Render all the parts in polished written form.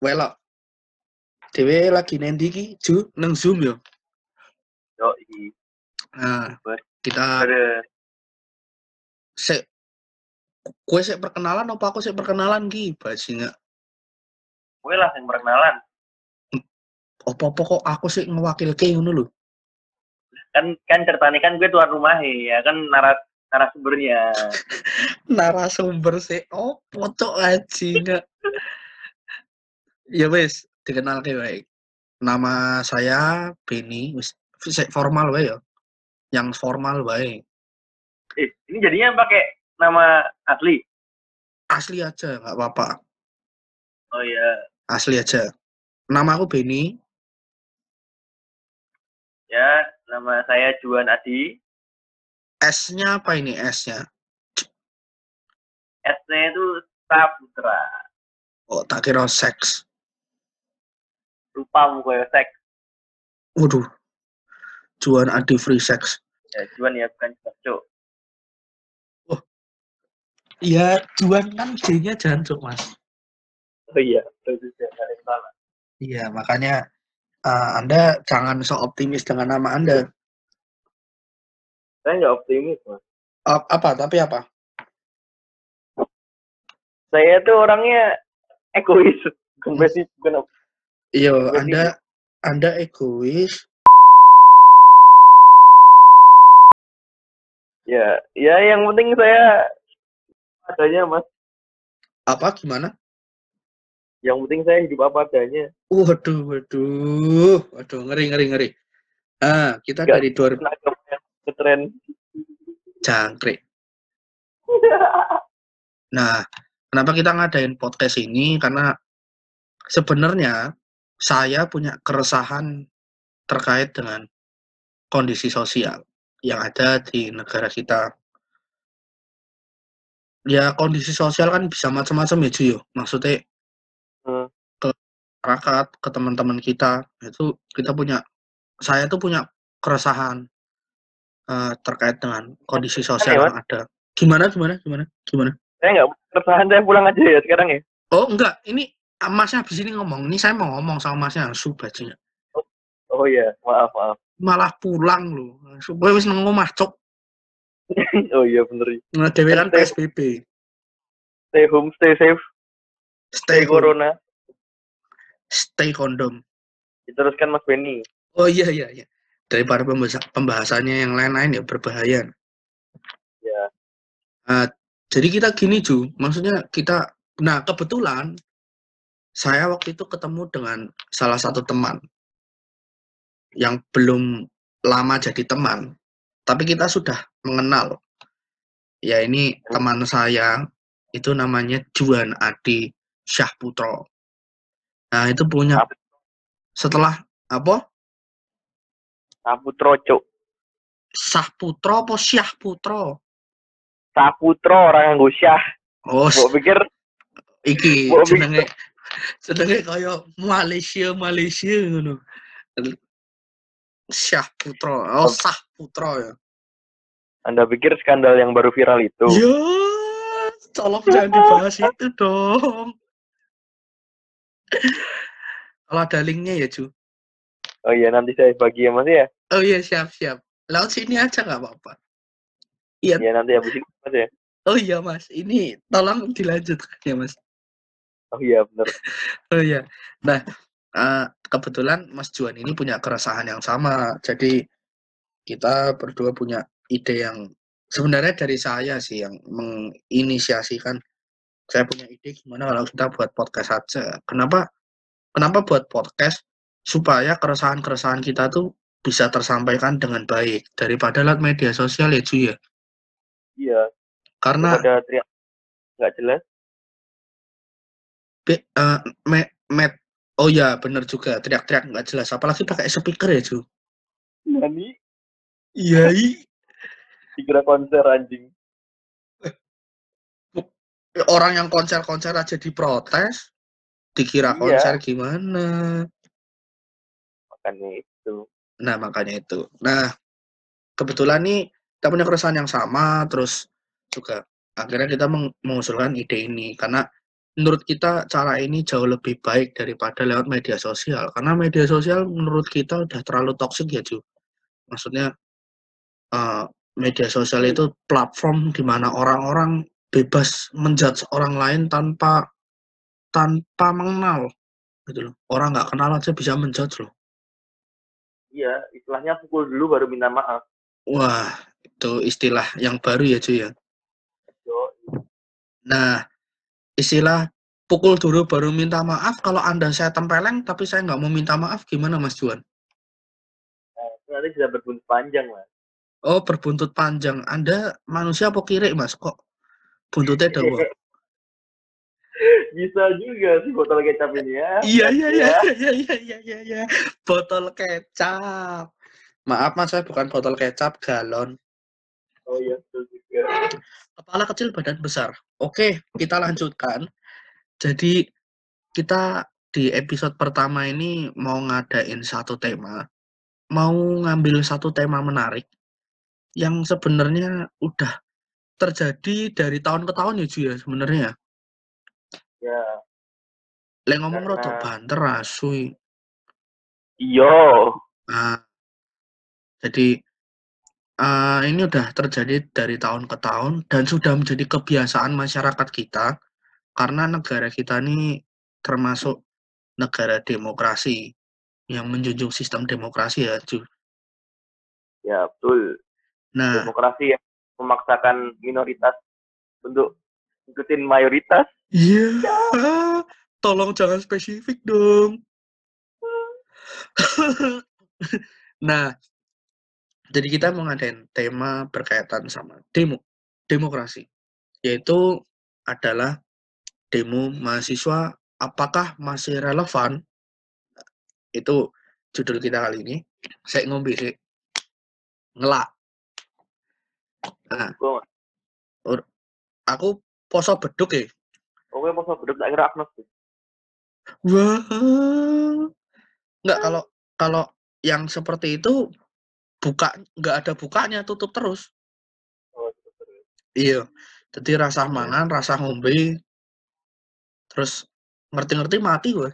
Welok. Dewe lagi nendi ki, Ju, nang Zoom yo. Yoi. Nah, kita kue sik perkenalan apa aku sik perkenalan ki? Bajinga. Kowe lah yang perkenalan. Apa-apa kok aku sik ngewakilke ngono lho. Kan ceritanya kan gue tuan rumah ya kan narasumbernya. Narasumber sik opo cok bajinga. Ya wis, dikenalke wae. Nama saya Beni, wis sik formal wae ya. Yang formal wae. Ini jadinya pakai nama asli. Asli aja, nggak apa-apa. Oh iya. Asli aja. Nama aku Beni. Ya, nama saya Juan Adi. S-nya apa ini S-nya? S-nya itu Saputra. Oh, tak kira seks. Lupa gue seks. Waduh. Juan Adi free sex. Ya, Juan ya bukan Cok. Oh. Iya, Juan kan J-nya jancuk, Mas. Oh iya, itu salah. Iya, makanya Anda jangan so optimis dengan nama Anda. Saya nggak optimis, Mas. Tapi apa? Saya tuh orangnya egois. Kompetitif, bukan. Iya, Anda egois. Ya yang penting saya adanya, Mas. Apa gimana? Yang penting saya hidup apa adanya. Waduh, ngeri. Ah, kita Gak dari 2000 keren. jangkrik. Nah, kenapa kita ngadain podcast ini? Karena sebenarnya saya punya keresahan terkait dengan kondisi sosial yang ada di negara kita. Ya, kondisi sosial kan bisa macam-macam ya, Ju, yo. Maksudnya ke masyarakat, ke teman-teman kita, itu saya tuh punya keresahan terkait dengan kondisi sosial yang ada. Gimana? Saya nggak keresahan, saya pulang aja ya sekarang ya. Oh, enggak. Ini Masnya habis ini ngomong. Ini saya mau ngomong sama Masnya, bajingan. Oh iya, maaf. Malah pulang loh. Supaya wis nang omah, Cok. Oh iya bener. Nah, dewe kan PSBB. Stay home, stay safe. Stay corona. Stay kondom. Diteruskan Mas Beni. Oh iya. Daripada pembahasannya yang lain-lain ya berbahaya. Ya. Jadi kita gini, Ju. Maksudnya kebetulan saya waktu itu ketemu dengan salah satu teman yang belum lama jadi teman, tapi kita sudah mengenal. Ya, ini teman saya, itu namanya Juan Adi Syahputro. Nah, itu punya setelah apa? Saputro, Cuk. Syahputro apa Syahputro? Saputro orang yang Syah. Oh, Mbok pikir iki jenenge kaya Malaysia ngono. Syahputro. Oh, Syahputro ya. Anda pikir skandal yang baru viral itu? Ya, tolong jangan dibahas itu dong. Kalau ada linknya ya, Ju. Oh iya, nanti saya bagi ya, Mas ya. Oh iya, siap. Laut sini aja nggak apa-apa. Iya. Ya nanti habis ini Mas ya. Oh iya, Mas. Ini tolong dilanjutkan ya, Mas. Oh iya, benar. Oh iya. Nah, kebetulan Mas Juan ini punya keresahan yang sama. Jadi kita berdua punya ide yang sebenarnya dari saya sih yang menginisiasikan. Saya punya ide gimana kalau kita buat podcast saja. Kenapa buat podcast? Supaya keresahan-keresahan kita tuh bisa tersampaikan dengan baik daripada lewat media sosial ya, Ju ya. Iya. Karena teriak nggak jelas. Oh ya, bener juga, teriak-teriak nggak jelas. Apalagi pakai speaker ya, Ju. Nani? Iya. Dikira konser anjing. Orang yang konser aja diprotes, dikira konser gimana? Makanya itu. Nah, kebetulan nih kita punya keresahan yang sama, terus juga akhirnya kita mengusulkan ide ini karena menurut kita cara ini jauh lebih baik daripada lewat media sosial. Karena media sosial menurut kita udah terlalu toksik ya, Ju. Maksudnya media sosial itu platform di mana orang-orang bebas menjudge orang lain tanpa mengenal gitu loh. Orang nggak kenal aja bisa menjudge loh. Iya, istilahnya pukul dulu baru minta maaf. Wah, itu istilah yang baru ya, Ju ya. Yo, Nah, istilah pukul dulu baru minta maaf, kalau Anda saya tempeleng tapi saya nggak mau minta maaf, gimana Mas Juan? nanti bisa berbuntut panjang, Mas. Oh, berbuntut panjang. Anda manusia apa kiri, Mas? Kok buntutnya dawa? Bisa juga sih botol kecap ini ya. Iya, iya, Makasih iya, ya. iya, iya, iya, iya, iya. Botol kecap. Maaf, Mas, saya bukan botol kecap, galon. Oh iya, betul juga. Kepala kecil, badan besar. Oke, kita lanjutkan. Jadi, kita di episode pertama ini mau ngadain satu tema, mau ngambil satu tema menarik yang sebenarnya udah terjadi dari tahun ke tahun ya, Ju ya, sebenarnya. Ya, Lek ngomong karena rodok banter asu. iyo. Nah, jadi ini udah terjadi dari tahun ke tahun dan sudah menjadi kebiasaan masyarakat kita karena negara kita ini termasuk negara demokrasi yang menjunjung sistem demokrasi ya, Ju. Ya, betul. Nah, Demokrasi yang memaksakan minoritas untuk ikutin mayoritas. iya, Ya, tolong jangan spesifik dong. Nah, jadi kita mau ngadain tema berkaitan sama demokrasi, yaitu adalah demo mahasiswa apakah masih relevan? Itu judul kita kali ini. Saya ngombe sih, ngelak. Nah, gue aku poso beduk ya. Oke, mau beduk tak kira Agnes tuh. Wah, nggak, kalau kalau yang seperti itu buka nggak ada bukanya, tutup terus. Oh, terus. Iya, jadi rasa mangan, rasa ngombe, terus ngerti-ngerti mati gue.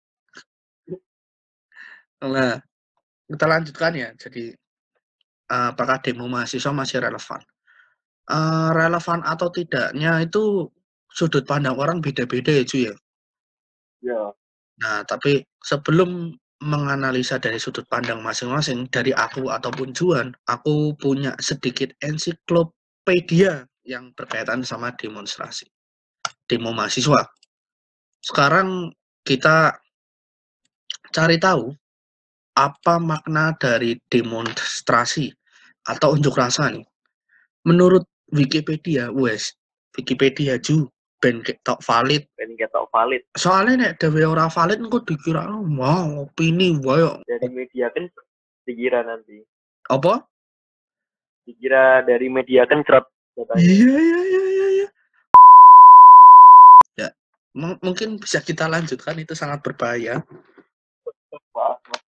Nah, kita lanjutkan ya. Jadi, apakah demo mahasiswa masih relevan? Relevan atau tidaknya itu sudut pandang orang beda-beda ya, Ju ya. Ya, Nah, tapi sebelum menganalisa dari sudut pandang masing-masing, dari aku ataupun Juan, aku punya sedikit ensiklopedia yang berkaitan sama demonstrasi, demo mahasiswa. Sekarang kita cari tahu apa makna dari demonstrasi atau unjuk rasa nih. Menurut Wikipedia, Wikipedia Ju, ben tok valid. kan kita valid. Soalnya nek dewe ora valid engko dikira wow opini wae. Dari media kan dikira nanti. Apa? Dikira dari media kan cerot katanya. Iya, iya, iya, iya, iya. Ya, mungkin bisa kita lanjutkan, itu sangat berbahaya. Maaf, maaf.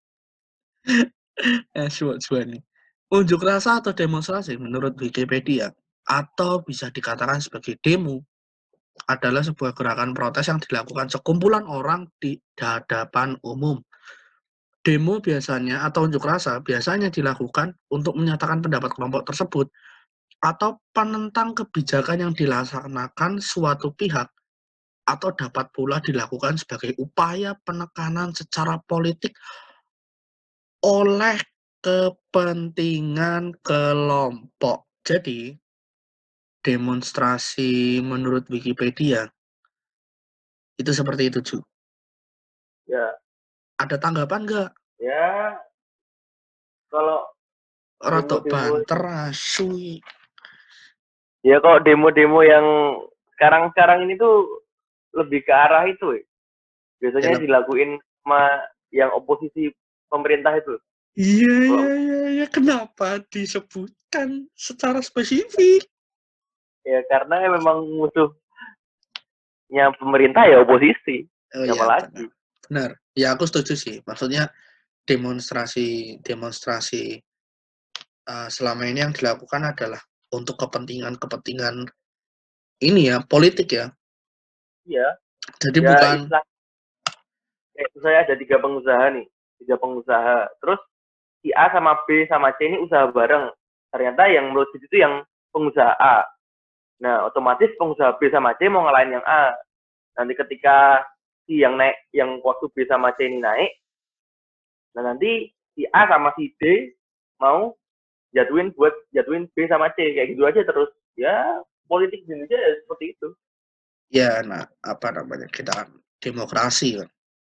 Suat nih. Unjuk rasa atau demonstrasi menurut Wikipedia atau bisa dikatakan sebagai demo adalah sebuah gerakan protes yang dilakukan sekumpulan orang di hadapan umum. Demo biasanya atau unjuk rasa biasanya dilakukan untuk menyatakan pendapat kelompok tersebut atau penentang kebijakan yang dilaksanakan suatu pihak, atau dapat pula dilakukan sebagai upaya penekanan secara politik oleh kepentingan kelompok. Jadi, demonstrasi menurut Wikipedia itu seperti itu, Ju. Ya, Ada tanggapan nggak? ya kalau Rotok demo-demo banter, asui. ya kok demo-demo yang sekarang-sekarang ini tuh lebih ke arah itu ya. Biasanya Ya, dilakuin sama yang oposisi pemerintah itu. iya, Kalau iya, iya, iya. Kenapa disebutkan secara spesifik? ya karena memang musuhnya pemerintah ya oposisi. Oh Siapa iya, benar. lagi? Benar. Ya, aku setuju sih. Maksudnya demonstrasi demonstrasi selama ini yang dilakukan adalah untuk kepentingan-kepentingan ini ya, politik ya. Iya, Jadi ya bukan istilah kayak saya ada tiga pengusaha. Terus si A sama B sama C ini usaha bareng. Ternyata yang melejit itu yang pengusaha A. Nah, otomatis pengusaha B sama C mau ngalahin yang A. Nanti ketika si yang naik, yang waktu B sama C ini naik, nah nanti si A sama si D mau jatuhin B sama C kayak gitu aja terus. Ya, politik di Indonesia ya seperti itu. ya, nah apa namanya, kita demokrasi kan.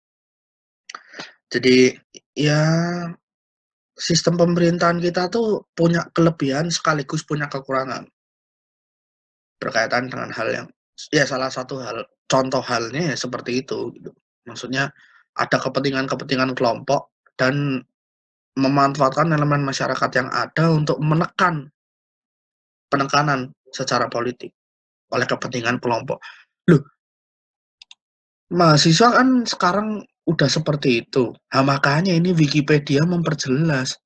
Jadi ya sistem pemerintahan kita tuh punya kelebihan sekaligus punya kekurangan berkaitan dengan hal yang ya salah satu hal contoh halnya ya seperti itu gitu. Maksudnya ada kepentingan-kepentingan kelompok dan memanfaatkan elemen masyarakat yang ada untuk menekan penekanan secara politik oleh kepentingan kelompok. Loh, mahasiswa kan sekarang udah seperti itu. Nah, makanya ini Wikipedia memperjelas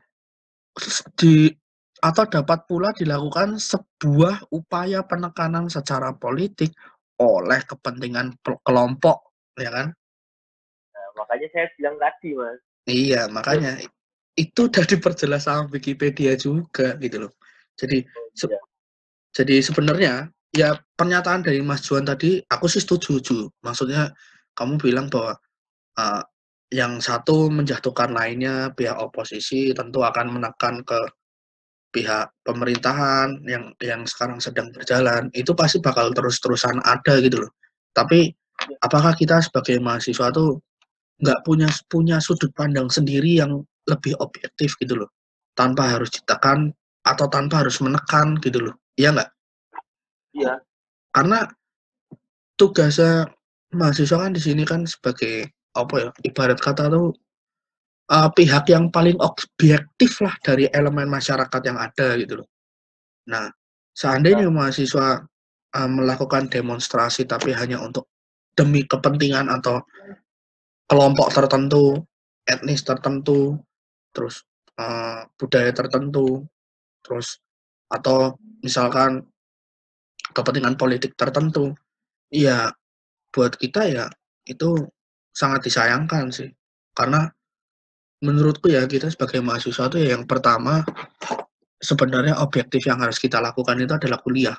di atau dapat pula dilakukan sebuah upaya penekanan secara politik oleh kepentingan kelompok, ya kan? Nah, makanya saya bilang tadi, Mas. Iya, makanya itu udah diperjelas sama Wikipedia juga gitu loh. Jadi se Ya, jadi sebenarnya ya pernyataan dari Mas Juan tadi aku sih setuju. Maksudnya kamu bilang bahwa uh, yang satu menjatuhkan lainnya, pihak oposisi tentu akan menekan ke pihak pemerintahan yang sekarang sedang berjalan, itu pasti bakal terus-terusan ada gitu loh. Tapi ya, apakah kita sebagai mahasiswa tuh nggak punya punya sudut pandang sendiri yang lebih objektif gitu loh, tanpa harus ditekan atau tanpa harus menekan gitu loh, iya nggak? iya, Karena tugasnya mahasiswa kan di sini kan sebagai apa ya, ibarat kata tuh pihak yang paling objektif lah dari elemen masyarakat yang ada gitu loh. Nah, iya, seandainya mahasiswa melakukan demonstrasi tapi hanya untuk demi kepentingan atau kelompok tertentu, etnis tertentu, terus budaya tertentu, terus atau misalkan kepentingan politik tertentu, ya buat kita ya itu sangat disayangkan sih. Karena menurutku ya kita sebagai mahasiswa tuh ya yang pertama sebenarnya objektif yang harus kita lakukan itu adalah kuliah.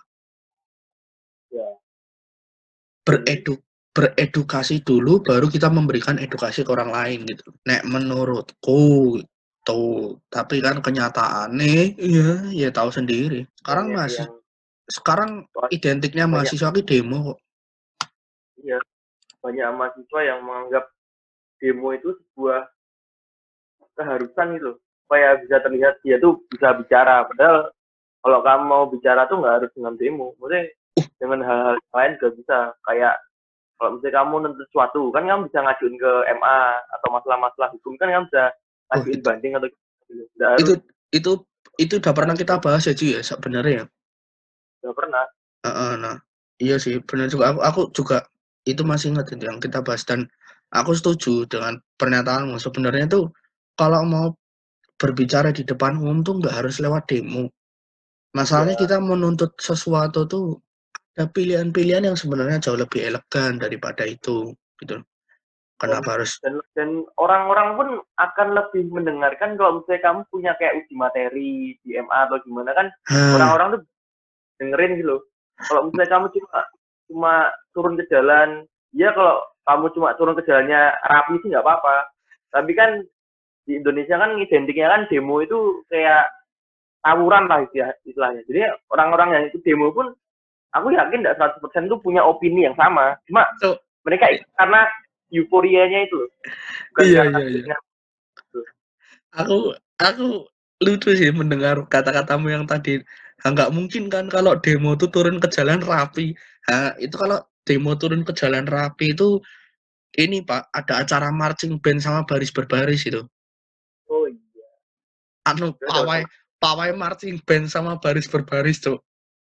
iya. Dan Beredukasi dulu baru kita memberikan edukasi ke orang lain gitu. Nek menurutku tuh, tapi kan kenyataannya ya tahu sendiri. Sekarang banyak masih yang sekarang identiknya banyak mahasiswa ki demo kok. iya, banyak mahasiswa yang menganggap demo itu sebuah keharusan gitu supaya bisa terlihat dia tuh bisa bicara padahal kalau kamu mau bicara tuh nggak harus dengan demo maksudnya dengan hal-hal lain juga bisa kayak kalau misalnya kamu nuntut sesuatu kan kamu bisa ngajuin ke MA atau masalah-masalah hukum kan kamu bisa Oh, ngajuin itu banding atau gitu. Nggak itu harus itu itu udah pernah kita bahas ya Ji ya sebenarnya. nggak pernah Nah, iya sih benar juga. Aku juga itu masih ingat itu yang kita bahas dan aku setuju dengan pernyataanmu. Sebenarnya tuh kalau mau berbicara di depan umum tuh nggak harus lewat demo. Masalahnya ya kita menuntut sesuatu tuh ada pilihan-pilihan yang sebenarnya jauh lebih elegan daripada itu, gitu. dan Kenapa harus dan orang-orang pun akan lebih mendengarkan kalau misalnya kamu punya kayak uji materi di MA atau gimana kan Hah, orang-orang tuh dengerin gitu loh. Kalau misalnya kamu cuma cuma turun ke jalan, ya kalau kamu cuma turun ke jalannya rapi sih nggak apa-apa. Tapi kan di Indonesia kan identiknya kan demo itu kayak tawuran lah istilahnya. Jadi orang-orang yang ikut demo pun aku yakin tidak 100% itu punya opini yang sama. Cuma tuh, mereka ikut karena euforianya itu loh. Bukan iya karena iya iya. dengan itu. Aku lucu sih mendengar kata-katamu yang tadi. Nggak mungkin kan kalau demo tuh turun ke jalan rapi. Itu kalau demo turun ke jalan rapi itu ini Pak, ada acara marching band sama baris berbaris itu. Oh iya. Anu Terus dapat pawai pawai marching band sama baris berbaris tuh.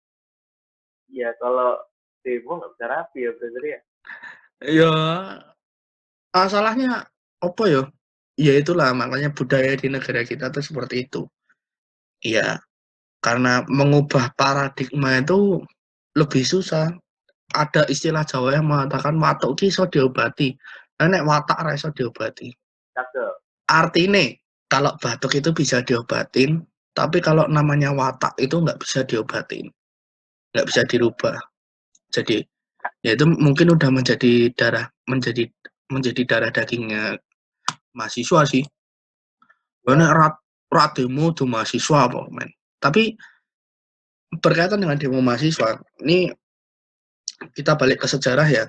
iya kalau demo nggak bisa rapi ya berarti ya. Ya, masalahnya apa ya? Ya itulah makanya budaya di negara kita tuh seperti itu. Iya, karena mengubah paradigma itu lebih susah. ada istilah Jawa yang mengatakan watuk ki iso diobati. Nek watak ra iso diobati. Cakep. Artinya kalau batuk itu bisa diobatin, tapi kalau namanya watak itu nggak bisa diobatin, nggak bisa dirubah. Jadi ya itu mungkin udah menjadi darah dagingnya mahasiswa sih. Karena rat demo tuh mahasiswa apa men. Tapi berkaitan dengan demo mahasiswa, ini kita balik ke sejarah ya,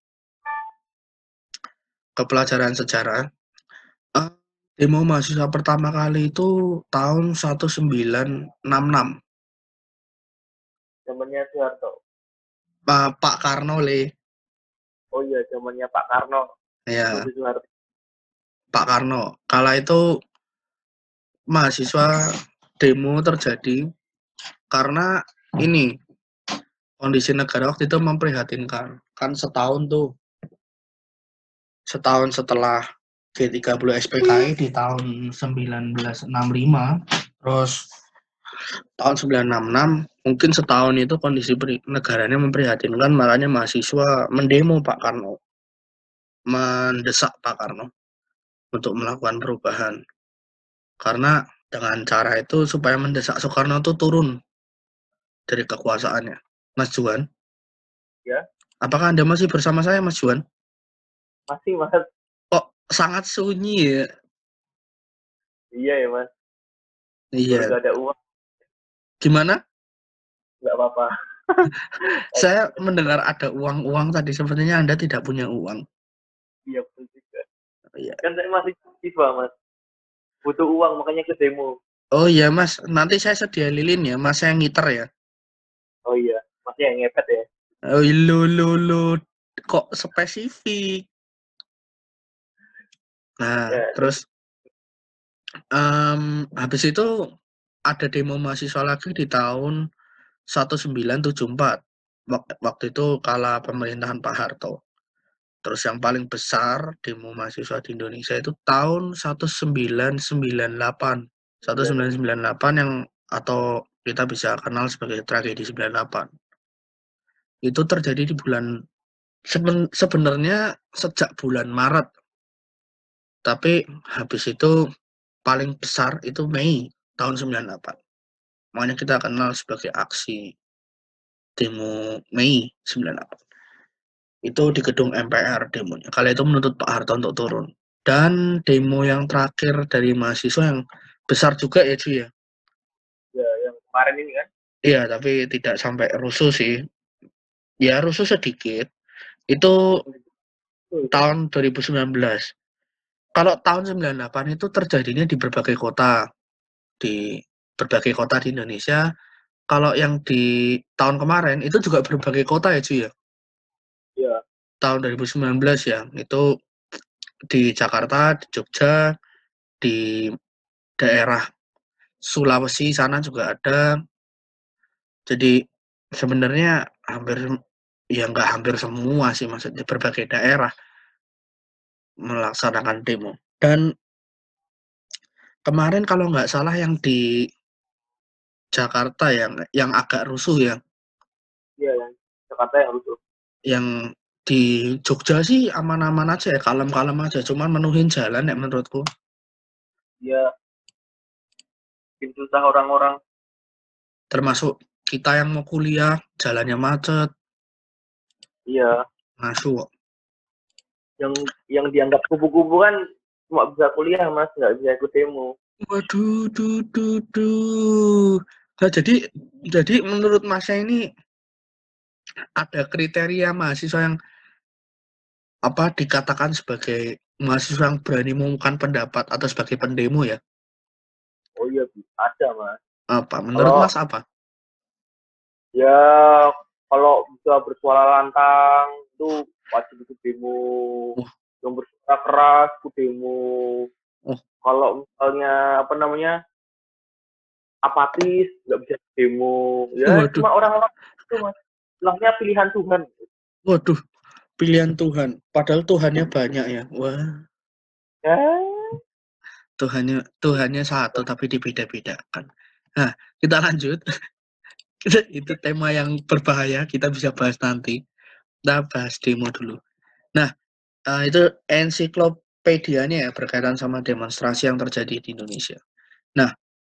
ke pelajaran sejarah. Demo mahasiswa pertama kali itu tahun 1966. Zamannya Soeharto. Pak Karno le. Oh iya, zamannya Pak Karno. Ya, Masih Soeharto. Pak Karno. Kala itu mahasiswa demo terjadi karena ini kondisi negara waktu itu memprihatinkan. Kan setahun setelah G30 SPKI di tahun 1965, terus tahun 1966 mungkin setahun itu kondisi negaranya memprihatinkan, makanya mahasiswa mendemo Pak Karno, mendesak Pak Karno untuk melakukan perubahan. Karena dengan cara itu supaya mendesak Soekarno itu turun dari kekuasaannya. Mas Juan? Ya. Apakah Anda masih bersama saya, Mas Juan? Masih, Mas. Kok sangat sunyi ya? Iya ya, Mas. Iya. Baru gak ada uang. Gimana? Nggak apa-apa. Saya mendengar ada uang tadi, sepertinya Anda tidak punya uang. Iya, betul juga. Iya. Kan saya masih siswa, Mas. Butuh uang, makanya ke demo. Oh iya, Mas. Nanti saya sedia lilin ya, Mas. Saya ngiter ya. Oh iya, masih yang ngepet ya. Oh, lu. Kok spesifik? Nah, Ya, terus habis itu ada demo mahasiswa lagi di tahun 1974. Waktu itu kala pemerintahan Pak Harto. Terus yang paling besar demo mahasiswa di Indonesia itu tahun 1998. 1998 yang atau kita bisa kenal sebagai tragedi 98. Itu terjadi di bulan sebenarnya sejak bulan Maret. Tapi habis itu paling besar itu Mei tahun 98. Makanya kita kenal sebagai aksi demo Mei 98. Itu di gedung MPR demonya. Kali itu menuntut Pak Harto untuk turun. Dan demo yang terakhir dari mahasiswa yang besar juga ya Ju ya. Ya, yang kemarin ini kan. Iya, tapi tidak sampai rusuh sih. Ya rusuh sedikit. Itu tahun 2019. Kalau tahun 98 itu terjadinya di berbagai kota. Di berbagai kota di Indonesia. Kalau yang di tahun kemarin itu juga berbagai kota ya Ju ya. Iya. Tahun 2019 ya. Itu di Jakarta, di Jogja, di daerah Sulawesi sana juga ada. Jadi sebenarnya ya nggak hampir semua sih, maksudnya berbagai daerah melaksanakan demo. Dan kemarin kalau nggak salah yang di Jakarta yang agak rusuh ya, Iya, yang Jakarta yang rusuh. yang di Jogja sih aman-aman aja ya, kalem-kalem aja, cuman menuhin jalan ya menurutku. Iya, bikin susah orang-orang. Termasuk kita yang mau kuliah, jalannya macet, Iya. masuk. Yang dianggap kupu-kupu kan cuma bisa kuliah, Mas, nggak bisa ikut demo. Waduh, Nah, jadi menurut Masnya ini ada kriteria mahasiswa yang dikatakan sebagai mahasiswa yang berani mengumumkan pendapat atau sebagai pendemo ya? Oh iya, ada, Mas. Apa? Menurut Mas apa? Ya, kalau bisa bersuara lantang itu wajib ikut demo. Yang bersuara keras ikut demo. Kalau misalnya apatis nggak bisa demo. Ya cuma orang-orang itu, Mas. Istilahnya pilihan Tuhan. Waduh, pilihan Tuhan. Padahal Tuhannya banyak ya. Wah. Ya. Tuhannya satu tapi dibeda-bedakan. Nah, kita lanjut. Itu tema yang berbahaya, kita bisa bahas nanti. Kita bahas demo dulu. Nah, itu ensiklopedianya ya berkaitan sama demonstrasi yang terjadi di Indonesia. Nah,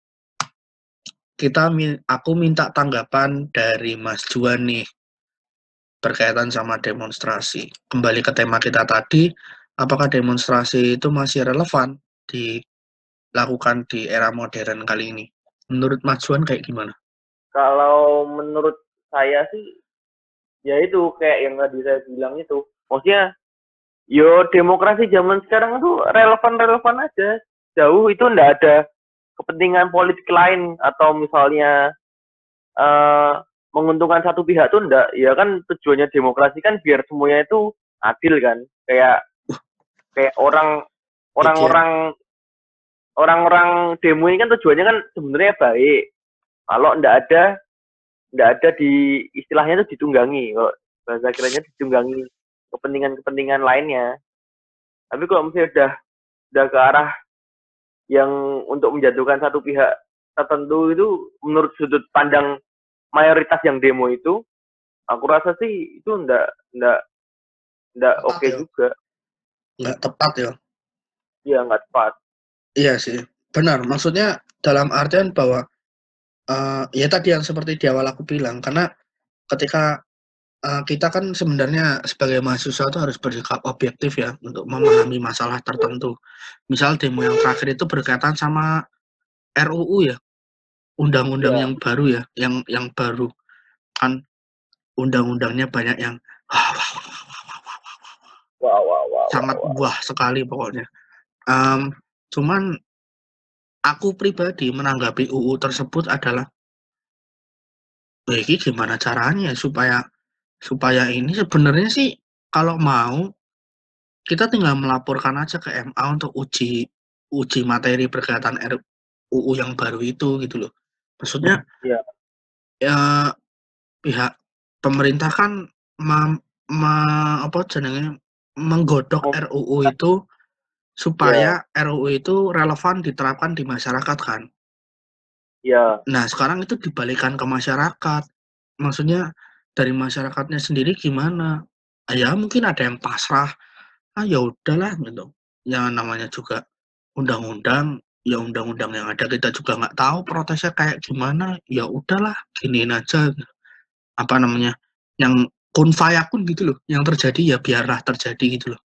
aku minta tanggapan dari Mas Juan nih berkaitan sama demonstrasi. Kembali ke tema kita tadi, apakah demonstrasi itu masih relevan dilakukan di era modern kali ini? Menurut Mas Juan kayak gimana? Kalau menurut saya sih, ya itu kayak yang tadi saya bilang itu. Maksudnya, yo demokrasi zaman sekarang tuh relevan-relevan aja. Jauh itu ndak ada kepentingan politik lain atau misalnya menguntungkan satu pihak tuh enggak. Ya kan tujuannya demokrasi kan biar semuanya itu adil kan. Kayak orang-orang demo ini kan tujuannya kan sebenarnya baik. Kalau enggak ada di istilahnya itu ditunggangi. Kalau bahasa kiranya ditunggangi kepentingan-kepentingan lainnya. Tapi kalau misalnya udah ke arah yang untuk menjatuhkan satu pihak tertentu itu menurut sudut pandang mayoritas yang demo itu, aku rasa sih itu enggak oke ya? juga. Nggak tepat ya? Iya, nggak tepat. Iya sih, benar. Maksudnya dalam artian bahwa ya tadi yang seperti di awal aku bilang, karena ketika kita kan sebenarnya sebagai mahasiswa itu harus bersikap objektif ya untuk memahami masalah tertentu. Misal demo yang terakhir itu berkaitan sama RUU ya, undang-undang Ya. yang baru ya, yang baru kan undang-undangnya banyak yang sangat Wah. wah sekali pokoknya. Cuman aku pribadi menanggapi UU tersebut adalah, ini gimana caranya supaya ini sebenarnya sih kalau mau kita tinggal melaporkan aja ke MA untuk uji materi berkaitan RUU yang baru itu gitu loh. Maksudnya Ya. ya pihak pemerintah kan apa jenenge menggodok RUU itu Ya. supaya RUU itu relevan diterapkan di masyarakat kan. Ya. Nah, sekarang itu dibalikan ke masyarakat. Maksudnya dari masyarakatnya sendiri gimana? Ya mungkin ada yang pasrah, ya udahlah gitu. Yang namanya juga undang-undang, ya undang-undang yang ada kita juga nggak tahu protesnya kayak gimana. Ya udahlah, giniin aja. Apa namanya? Yang kun fayakun gitu loh. Yang terjadi ya biarlah terjadi gitu loh.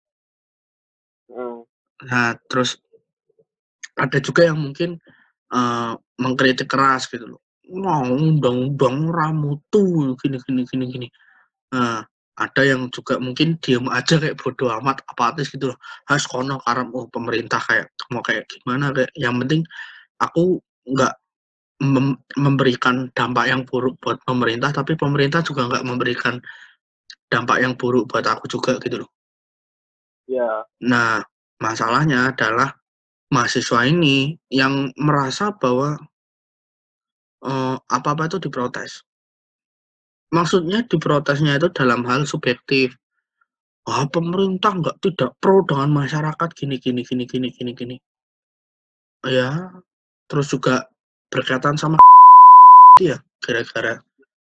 Nah, terus ada juga yang mungkin mengkritik keras gitu loh. Wah, undang-undang ramutu gini. Nah, ada yang juga mungkin diem aja kayak bodo amat apatis gitu loh. Kono karena pemerintah kayak mau kayak gimana kayak yang penting aku nggak memberikan dampak yang buruk buat pemerintah, tapi pemerintah juga nggak memberikan dampak yang buruk buat aku juga gitu loh. Ya. Nah, masalahnya adalah mahasiswa ini yang merasa bahwa apa-apa itu diprotes. Maksudnya diprotesnya itu dalam hal subjektif. Pemerintah tidak pro dengan masyarakat gini. Ya, terus juga berkaitan sama ya, gara-gara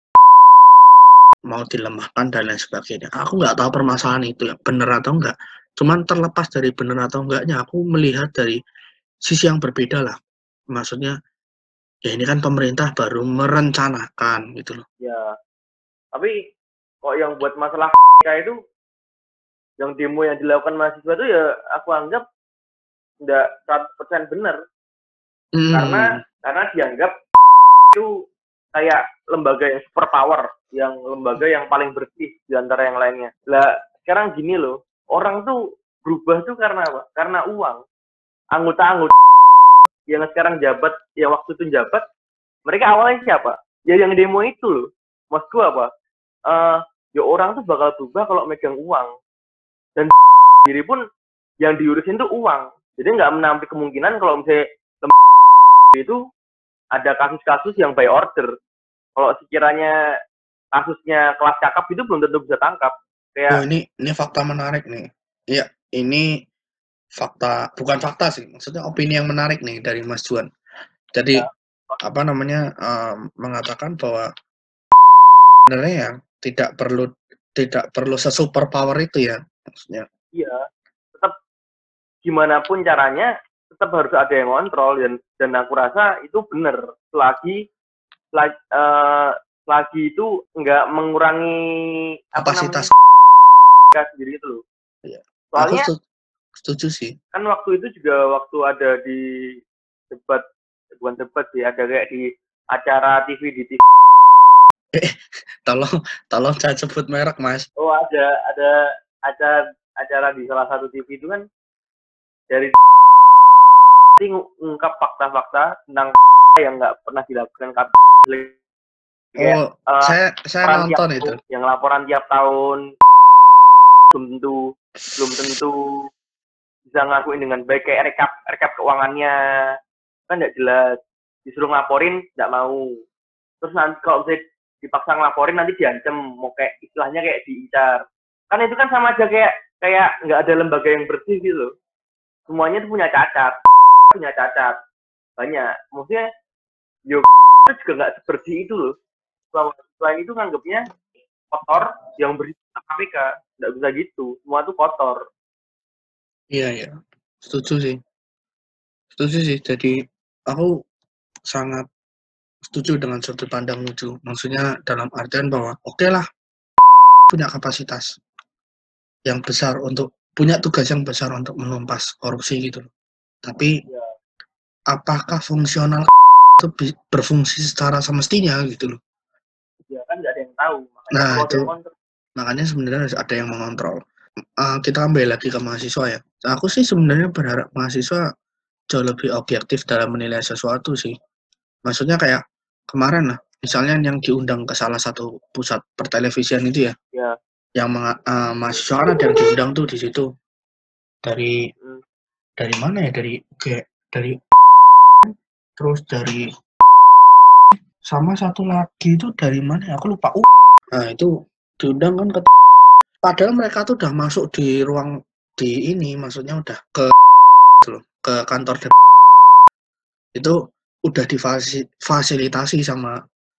mau dilemahkan dan lain sebagainya. Aku nggak tahu permasalahan itu ya benar atau enggak. Cuman terlepas dari benar atau enggaknya, aku melihat dari sisi yang berbeda lah. Maksudnya, ya ini kan pemerintah baru merencanakan gitu loh. Ya. Tapi kok yang buat masalah kayak itu, yang demo yang dilakukan mahasiswa itu ya aku anggap nggak 100% benar. Karena dianggap itu kayak lembaga yang super power, yang lembaga yang paling bersih di antara yang lainnya. Lah, sekarang gini loh, orang tuh berubah tuh karena apa? Karena uang. Anggota-anggota yang sekarang jabat, yang waktu itu jabat, mereka awalnya siapa? Ya yang demo itu loh. Maksudku apa? Ya orang tuh bakal berubah kalau megang uang. Dan sendiri pun yang diurusin tuh uang. Jadi nggak menampik kemungkinan kalau misalnya itu ada kasus-kasus yang by order. Kalau sekiranya kasusnya kelas kakap itu belum tentu bisa tangkap. Kayak... ini fakta menarik nih. Iya, ini fakta, bukan fakta sih, maksudnya opini yang menarik nih dari Mas Juan. Jadi ya, apa namanya mengatakan bahwa sebenarnya ya tidak perlu tidak perlu se-super power itu ya maksudnya. Iya, tetap gimana pun caranya tetap harus ada yang ngontrol, dan aku rasa itu benar selagi selagi itu nggak mengurangi apa namanya Kapasitas. sendiri itu loh. Ya. Aku Soalnya setuju sih. kan waktu itu juga waktu ada di debat, bukan debat sih, ada kayak di acara TV di TV. Tolong jangan sebut merek, Mas. Oh, ada acara di salah satu TV itu kan dari ngungkap fakta-fakta tentang yang nggak pernah dilakukan kayak Oh, saya nonton itu. yang laporan tiap tahun belum tentu bisa ngakuin dengan baik, kayak rekap keuangannya kan nggak jelas, disuruh ngelaporin nggak mau, terus nanti kalau bisa dipaksa ngelaporin nanti diancem, mau kayak istilahnya kayak diincar, kan itu kan sama aja kayak nggak ada lembaga yang bersih gitu loh. Semuanya tuh punya cacat banyak, maksudnya yo itu juga nggak sebersih itu loh. Selain itu nganggapnya kotor yang bersih KPK, nggak bisa gitu, semua tuh kotor. Iya. Setuju sih. Jadi aku sangat setuju dengan sudut pandang lucu. Maksudnya dalam artian bahwa oke lah punya kapasitas yang besar untuk punya tugas yang besar untuk menumpas korupsi gitu loh. Tapi Ya, apakah fungsional itu berfungsi secara semestinya gitu loh. ya kan nggak ada yang tahu, makanya Nah, perlu ada itu yang kontrol. makanya sebenarnya harus ada yang mengontrol. Kita kembali lagi ke mahasiswa ya. Aku sih sebenarnya berharap mahasiswa jauh lebih objektif dalam menilai sesuatu sih. Maksudnya kayak kemarin lah, misalnya yang diundang ke salah satu pusat pertelevisian itu ya, Ya, yang mahasiswa kan ada yang diundang tuh di situ dari mana ya, dari terus dari sama satu lagi itu dari mana ya, aku lupa. Nah itu diundang kan padahal mereka tuh udah masuk di ruang di ini, maksudnya udah ke kantor itu udah difasilitasi sama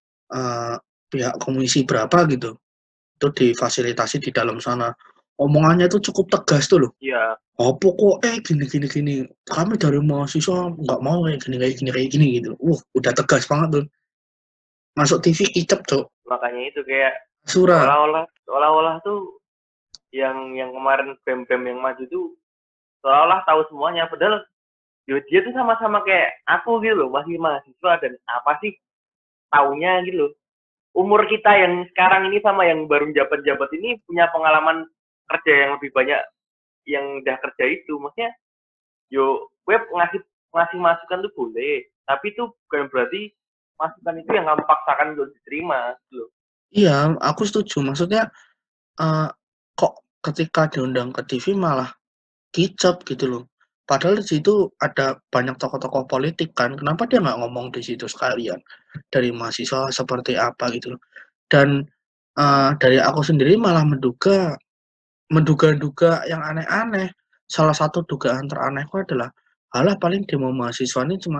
pihak komisi berapa gitu, itu difasilitasi di dalam sana, omongannya itu cukup tegas tuh loh. iya. Kok gini kami dari mahasiswa nggak mau kayak gini gitu. Udah tegas banget tuh, masuk TV kicep cok. Makanya itu kayak Surah. seolah-olah tuh yang kemarin BEM yang maju tuh seolah-olah tahu semuanya, padahal yo dia tuh sama-sama kayak aku gitu loh, masih mahasiswa, dan apa sih taunya gitu loh. Umur kita yang sekarang ini sama yang baru jabat-jabat ini punya pengalaman kerja yang lebih banyak yang udah kerja itu, maksudnya yo web ngasih masukan tuh boleh, tapi itu bukan berarti masukan itu yang kamu paksakan untuk diterima gitu loh. Iya, aku setuju. Maksudnya kok ketika diundang ke TV malah kicep gitu loh. Padahal di situ ada banyak tokoh-tokoh politik kan. Kenapa dia nggak ngomong di situ sekalian dari mahasiswa seperti apa gitu loh. Dan dari aku sendiri malah menduga-duga yang aneh-aneh. Salah satu dugaan teranehku adalah, halah paling demo mahasiswa ini cuma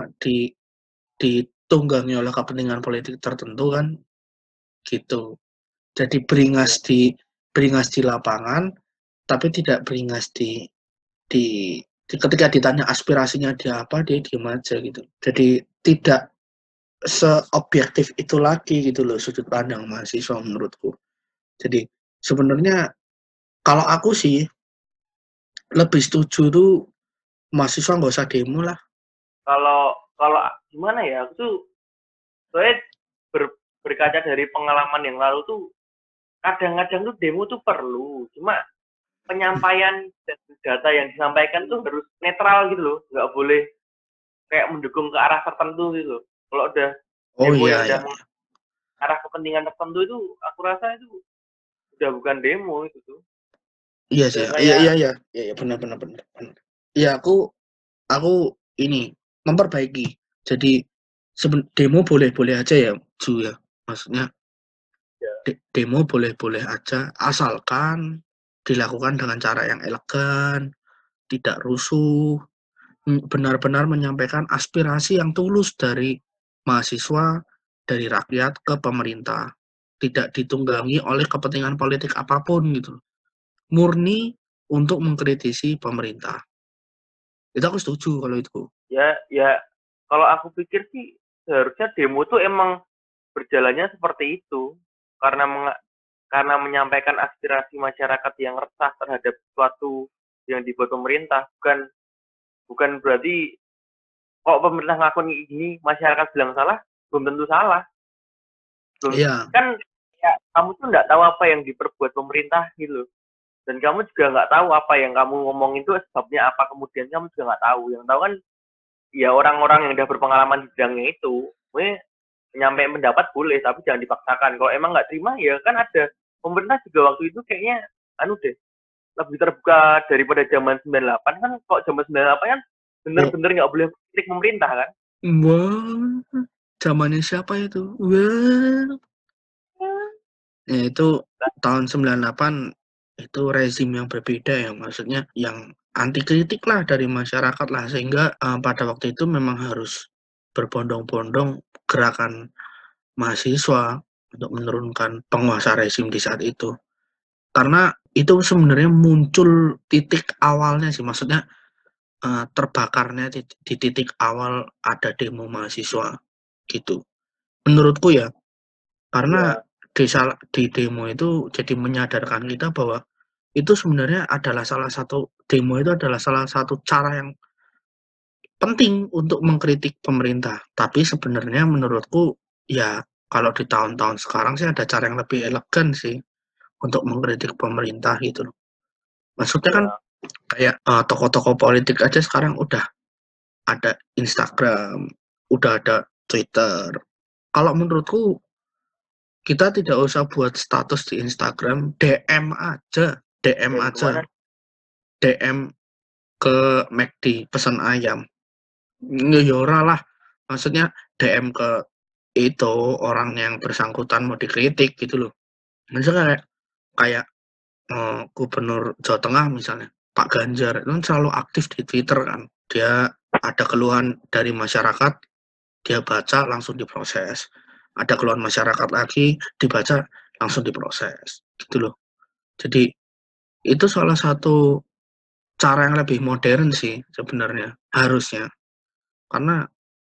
ditunggangi oleh kepentingan politik tertentu kan, gitu. Jadi beringas di lapangan, tapi tidak beringas ketika ditanya aspirasinya dia apa, dia diem aja gitu. Jadi tidak seobjektif itu lagi gitu loh sudut pandang mahasiswa menurutku. Jadi sebenarnya kalau aku sih lebih setuju tuh mahasiswa nggak usah demo lah. Kalau kalau gimana ya, aku tuh soalnya berkaca dari pengalaman yang lalu tuh, kadang-kadang tuh demo tuh perlu, cuma penyampaian dan data yang disampaikan tuh harus netral gitu loh, nggak boleh kayak mendukung ke arah tertentu gitu loh. Kalau udah Oh demo iya yang ya. udah arah kepentingan tertentu itu, aku rasa itu udah bukan demo itu tuh, Iya sih. udah Iya kayak iya iya. Iya iya benar. Iya aku ini memperbaiki. Jadi demo boleh-boleh aja ya, Ju ya. Maksudnya ya, demo boleh-boleh aja asalkan dilakukan dengan cara yang elegan, tidak rusuh, benar-benar menyampaikan aspirasi yang tulus dari mahasiswa, dari rakyat ke pemerintah. tidak ditunggangi oleh kepentingan politik apapun gitu. Murni untuk mengkritisi pemerintah. Itu aku setuju kalau itu. Ya, kalau aku pikir sih seharusnya demo tuh emang berjalannya seperti itu karena menyampaikan aspirasi masyarakat yang resah terhadap sesuatu yang dibuat pemerintah, bukan berarti kok pemerintah ngelakuin gini masyarakat bilang salah, belum tentu salah. Iya. Kan ya, kamu tuh nggak tahu apa yang diperbuat pemerintah gitu, dan kamu juga nggak tahu apa yang kamu ngomong itu sebabnya apa, kemudian kamu juga nggak tahu. Yang tahu kan ya orang-orang yang udah berpengalaman di bidangnya itu. Menyampaikan pendapat boleh, tapi jangan dipaksakan. Kalau emang nggak terima, ya kan ada pemerintah juga waktu itu kayaknya lebih terbuka daripada zaman 98 kan. Kok zaman 98 kan bener-bener nggak boleh kritik pemerintah kan. Wah, zamannya siapa itu? Wah. Ya, itu tahun 98 itu rezim yang berbeda ya, maksudnya yang anti kritik lah dari masyarakat lah, sehingga pada waktu itu memang harus berbondong-bondong gerakan mahasiswa untuk menurunkan penguasa rezim di saat itu. Karena itu sebenarnya muncul titik awalnya sih, maksudnya terbakarnya di titik awal ada demo mahasiswa gitu. Menurutku ya, karena di demo itu jadi menyadarkan kita bahwa itu sebenarnya adalah demo itu adalah salah satu cara yang penting untuk mengkritik pemerintah. Tapi sebenarnya menurutku ya kalau di tahun-tahun sekarang sih ada cara yang lebih elegan sih untuk mengkritik pemerintah gitu loh. Maksudnya kan kayak tokoh-tokoh politik aja sekarang udah ada Instagram, udah ada Twitter. Kalau menurutku kita tidak usah buat status di Instagram, DM aja, DM aja, DM ke McD pesan ayam. Ya ora lah, maksudnya DM ke itu orang yang bersangkutan mau dikritik gitu loh. Misalnya kayak Gubernur Jawa Tengah misalnya, Pak Ganjar itu kan selalu aktif di Twitter kan. Dia ada keluhan dari masyarakat, dia baca langsung diproses. Ada keluhan masyarakat lagi, dibaca langsung diproses. Gitu loh. Jadi itu salah satu cara yang lebih modern sih sebenarnya, harusnya. Karena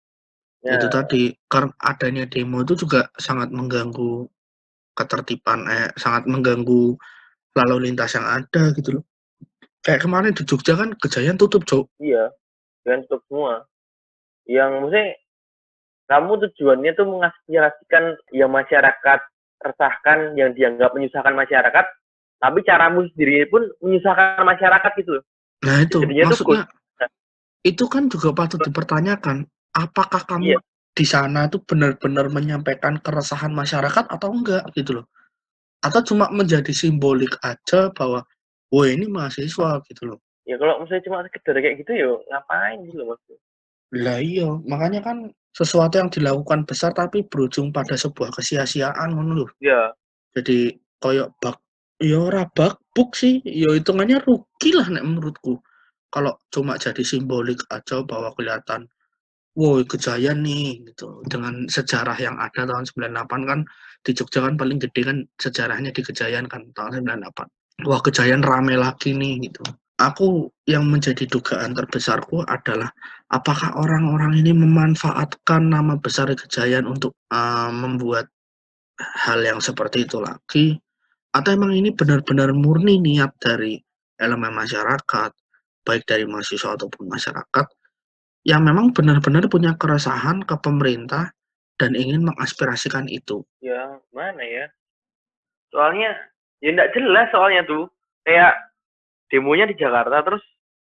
itu tadi, karena adanya demo itu juga sangat mengganggu ketertiban, sangat mengganggu lalu lintas yang ada gitu loh. Kayak kemarin di Jogja kan Kejayaan tutup, Cok. Iya, dan tutup semua. Yang maksudnya kamu tujuannya tuh mengaspirasikan yang masyarakat resahkan, yang dianggap menyusahkan masyarakat, tapi caramu sendiri pun menyusahkan masyarakat gitu loh. Nah itu, Jadinya maksudnya tuh itu kan juga patut dipertanyakan, apakah kamu di sana tuh benar-benar menyampaikan keresahan masyarakat atau enggak gitu loh. Atau cuma menjadi simbolik aja bahwa, wah ini mahasiswa gitu loh. Ya kalau misalnya cuma sekedar kayak gitu ya ngapain gitu loh maksudnya. Lah iya, makanya kan sesuatu yang dilakukan besar tapi berujung pada sebuah kesia-siaan ngono lho. Iya. Jadi koyo ya ora bug sih, ya hitungannya rugi lah nek menurutku. Kalau cuma jadi simbolik aja bahwa kelihatan, woi Kejayaan nih gitu. Dengan sejarah yang ada tahun 98 kan di Jogja kan paling gede kan sejarahnya di Kejayaan kan tahun 98. Wah Kejayaan rame lagi nih gitu. Aku yang menjadi dugaan terbesarku adalah apakah orang-orang ini memanfaatkan nama besar Kejayaan untuk membuat hal yang seperti itu lagi, atau emang ini benar-benar murni niat dari elemen masyarakat, baik dari mahasiswa ataupun masyarakat, yang memang benar-benar punya keresahan ke pemerintah dan ingin mengaspirasikan itu. Ya, mana ya? Soalnya, ya nggak jelas soalnya tuh. Kayak demonya di Jakarta, terus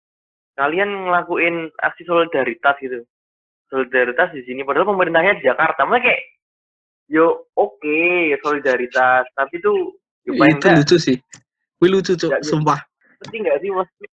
kalian ngelakuin aksi solidaritas gitu. Solidaritas di sini, padahal pemerintahnya di Jakarta. Maksudnya kayak, yo oke, solidaritas. Tapi tuh, yo paling Itu lucu sih. Lucu, Cuk, sumpah. Ngerti nggak sih maksudnya?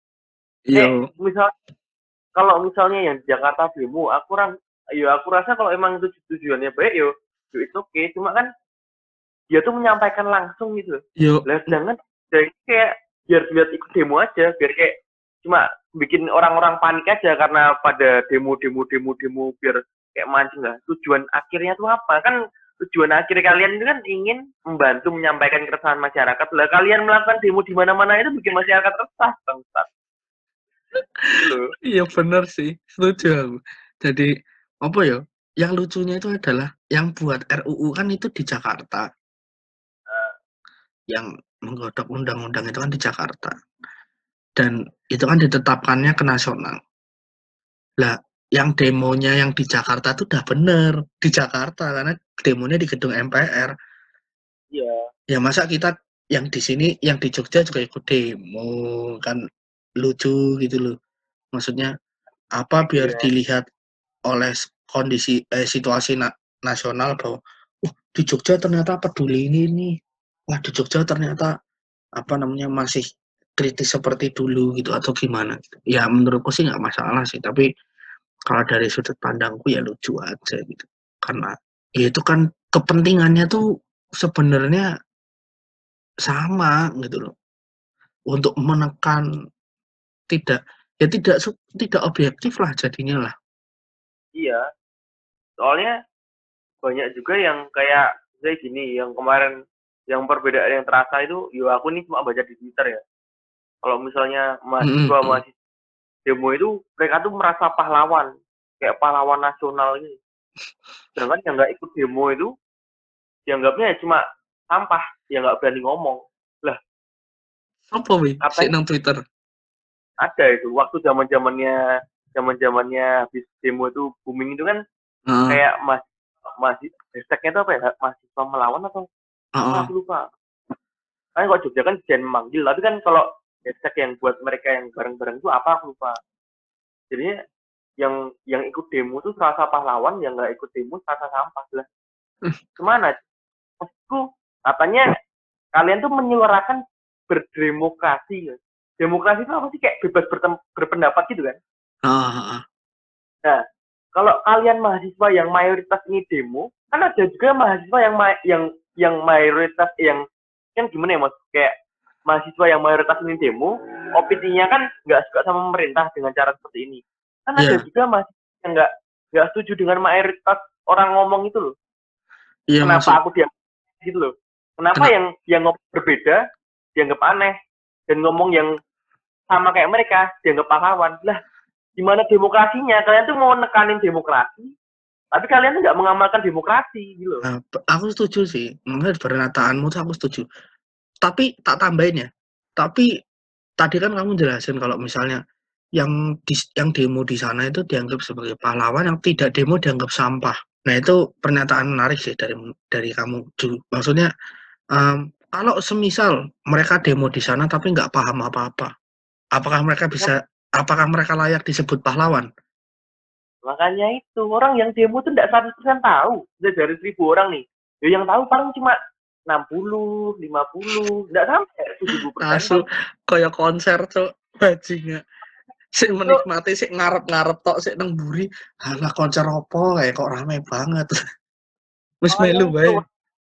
Iya. Kalau misalnya yang di Jakarta demo, aku rasa kalau emang itu tujuannya baik, yo itu oke. Cuma kan dia tuh menyampaikan langsung gitu. Lah sedangkan dari kayak biar ikut demo aja, biar kayak cuma bikin orang-orang panik aja karena pada demo biar kayak mancing lah. Tujuan akhirnya tuh apa? Kan tujuan akhir kalian itu kan ingin membantu menyampaikan keresahan masyarakat. Lah kalian melakukan demo di mana-mana itu bikin masyarakat resah, bangsat. Loh. Iya bener sih, setuju aku. Jadi apa ya? Yang lucunya itu adalah yang buat RUU kan itu di Jakarta, yang menggodok undang-undang itu kan di Jakarta. Dan itu kan ditetapkannya ke nasional. Lah, yang demonya yang di Jakarta itu udah bener di Jakarta karena demonya di gedung MPR. Iya. Ya masa kita yang di sini, yang di Jogja juga ikut demo kan lucu gitu loh. Maksudnya apa biar Iya. dilihat oleh kondisi situasi nasional bahwa di Jogja ternyata peduli ini nih. Wah, di Jogja ternyata apa namanya masih kritis seperti dulu gitu atau gimana gitu. Ya menurutku sih nggak masalah sih, tapi kalau dari sudut pandangku ya lucu aja gitu. Karena ya itu kan kepentingannya tuh sebenarnya sama gitu loh. Untuk menekan tidak ya tidak objektif lah jadinya lah. Iya. Soalnya banyak juga yang kayak saya gini, yang kemarin yang perbedaan yang terasa itu, yo aku nih cuma baca di Twitter ya. Kalau misalnya mahasiswa demo itu mereka tuh merasa pahlawan, kayak pahlawan nasional gitu. Sedangkan yang nggak ikut demo itu dianggapnya ya cuma sampah, yang nggak berani ngomong. Lah, Apa wih? Sik katanya nang Twitter. ada itu waktu zaman-zamannya habis demo itu booming itu kan Heeh, kayak masih hashtagnya itu apa ya? Mahasiswa melawan atau apa heeh. aku lupa. Kan kalau Jogja kan jangan memanggil, tapi kan kalau hashtag yang buat mereka yang bareng-bareng itu apa aku lupa. Jadinya yang ikut demo tuh serasa pahlawan, yang nggak ikut demo serasa sampah lah. Kemana? Maksudku katanya kalian tuh menyuarakan berdemokrasi. Ya. Demokrasi itu apa sih, kayak bebas berpendapat gitu kan? Heeh, heeh. Nah, kalau kalian mahasiswa yang mayoritas ini demo, kan ada juga mahasiswa yang mayoritas yang kan gimana ya mas? Kayak mahasiswa yang mayoritas ini demo, opininya kan nggak suka sama pemerintah dengan cara seperti ini. Kan ada Iya, juga mahasiswa yang nggak setuju dengan mayoritas orang ngomong itu loh. iya maksud Kenapa aku dianggap gitu loh? Kenapa kena yang ngomong berbeda dianggap aneh dan ngomong yang sama kayak mereka dianggap pahlawan? Lah, gimana demokrasinya? Kalian tuh mau nekanin demokrasi, tapi kalian tuh nggak mengamalkan demokrasi gitu loh. aku setuju sih. Makanya pernyataanmu tuh aku setuju. Tapi tak tambahin ya. Tapi tadi kan kamu jelasin kalau misalnya yang demo di sana itu dianggap sebagai pahlawan, yang tidak demo dianggap sampah. Nah, itu pernyataan menarik sih dari kamu. Maksudnya kalau semisal mereka demo di sana tapi nggak paham apa-apa, Ya, apakah mereka layak disebut pahlawan? makanya itu orang yang demo tuh nggak 100% tahu. Dari 1.000 orang nih, ya yang tahu paling cuma 60, 50, nggak sampai 70%. Asu kayak konser cuk, bajingan. Sik Itu menikmati, sik ngarep-ngarep tok, sik nang mburi, halah konser opo kae kok rame banget. Wis makanya melu itu wae.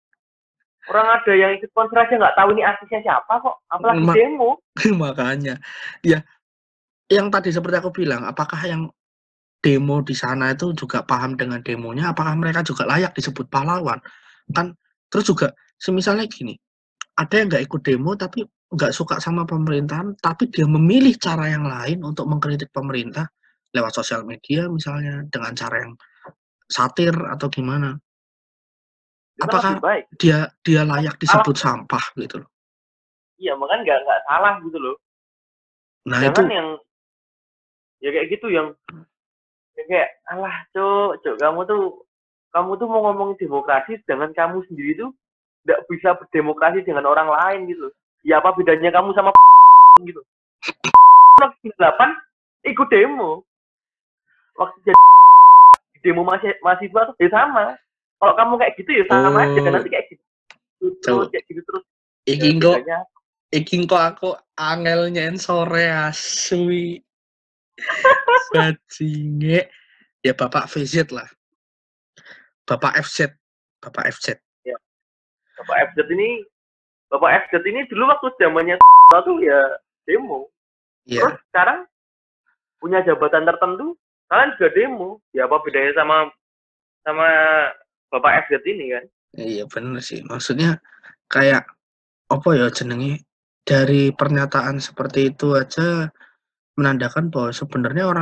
orang ada yang ikut konser aja nggak tahu ini artisnya siapa kok, apalagi Mak demo. makanya. Ya, yang tadi seperti aku bilang, apakah yang demo di sana itu juga paham dengan demonya, apakah mereka juga layak disebut pahlawan? Kan terus juga semisalnya gini, ada yang nggak ikut demo tapi nggak suka sama pemerintahan, tapi dia memilih cara yang lain untuk mengkritik pemerintah lewat sosial media misalnya, dengan cara yang satir atau gimana. Itu kan Apakah lebih baik. dia layak Salah, disebut sampah gitu loh. iya makanya nggak salah gitu loh. Nah itu Jangan yang ya kayak gitu yang kayak alah cuk kamu tuh mau ngomongin demokrasi sedangkan kamu sendiri tuh nggak bisa berdemokrasi dengan orang lain gitu loh. Ya apa bedanya kamu sama gitu. Waktu 8 ikut demo. Waktu jadi demo mahasiswa tuh ya sama. Kalau kamu kayak gitu ya sama aja oh nanti kayak gitu terus coba kayak gitu terus. iki Ya, kok bedanya aku angel sore asui bajinge ya Bapak VZ lah. Bapak FZ. Bapak FZ. ya Bapak FZ ini Bapak FZ ini dulu waktu zamannya tuh ya demo. Terus Iya. sekarang punya jabatan tertentu, kalian juga demo. Ya apa bedanya sama sama Bapak FZ ini kan? Iya bener sih. Maksudnya kayak apa ya jenenge, dari pernyataan seperti itu aja menandakan bahwa sebenarnya orang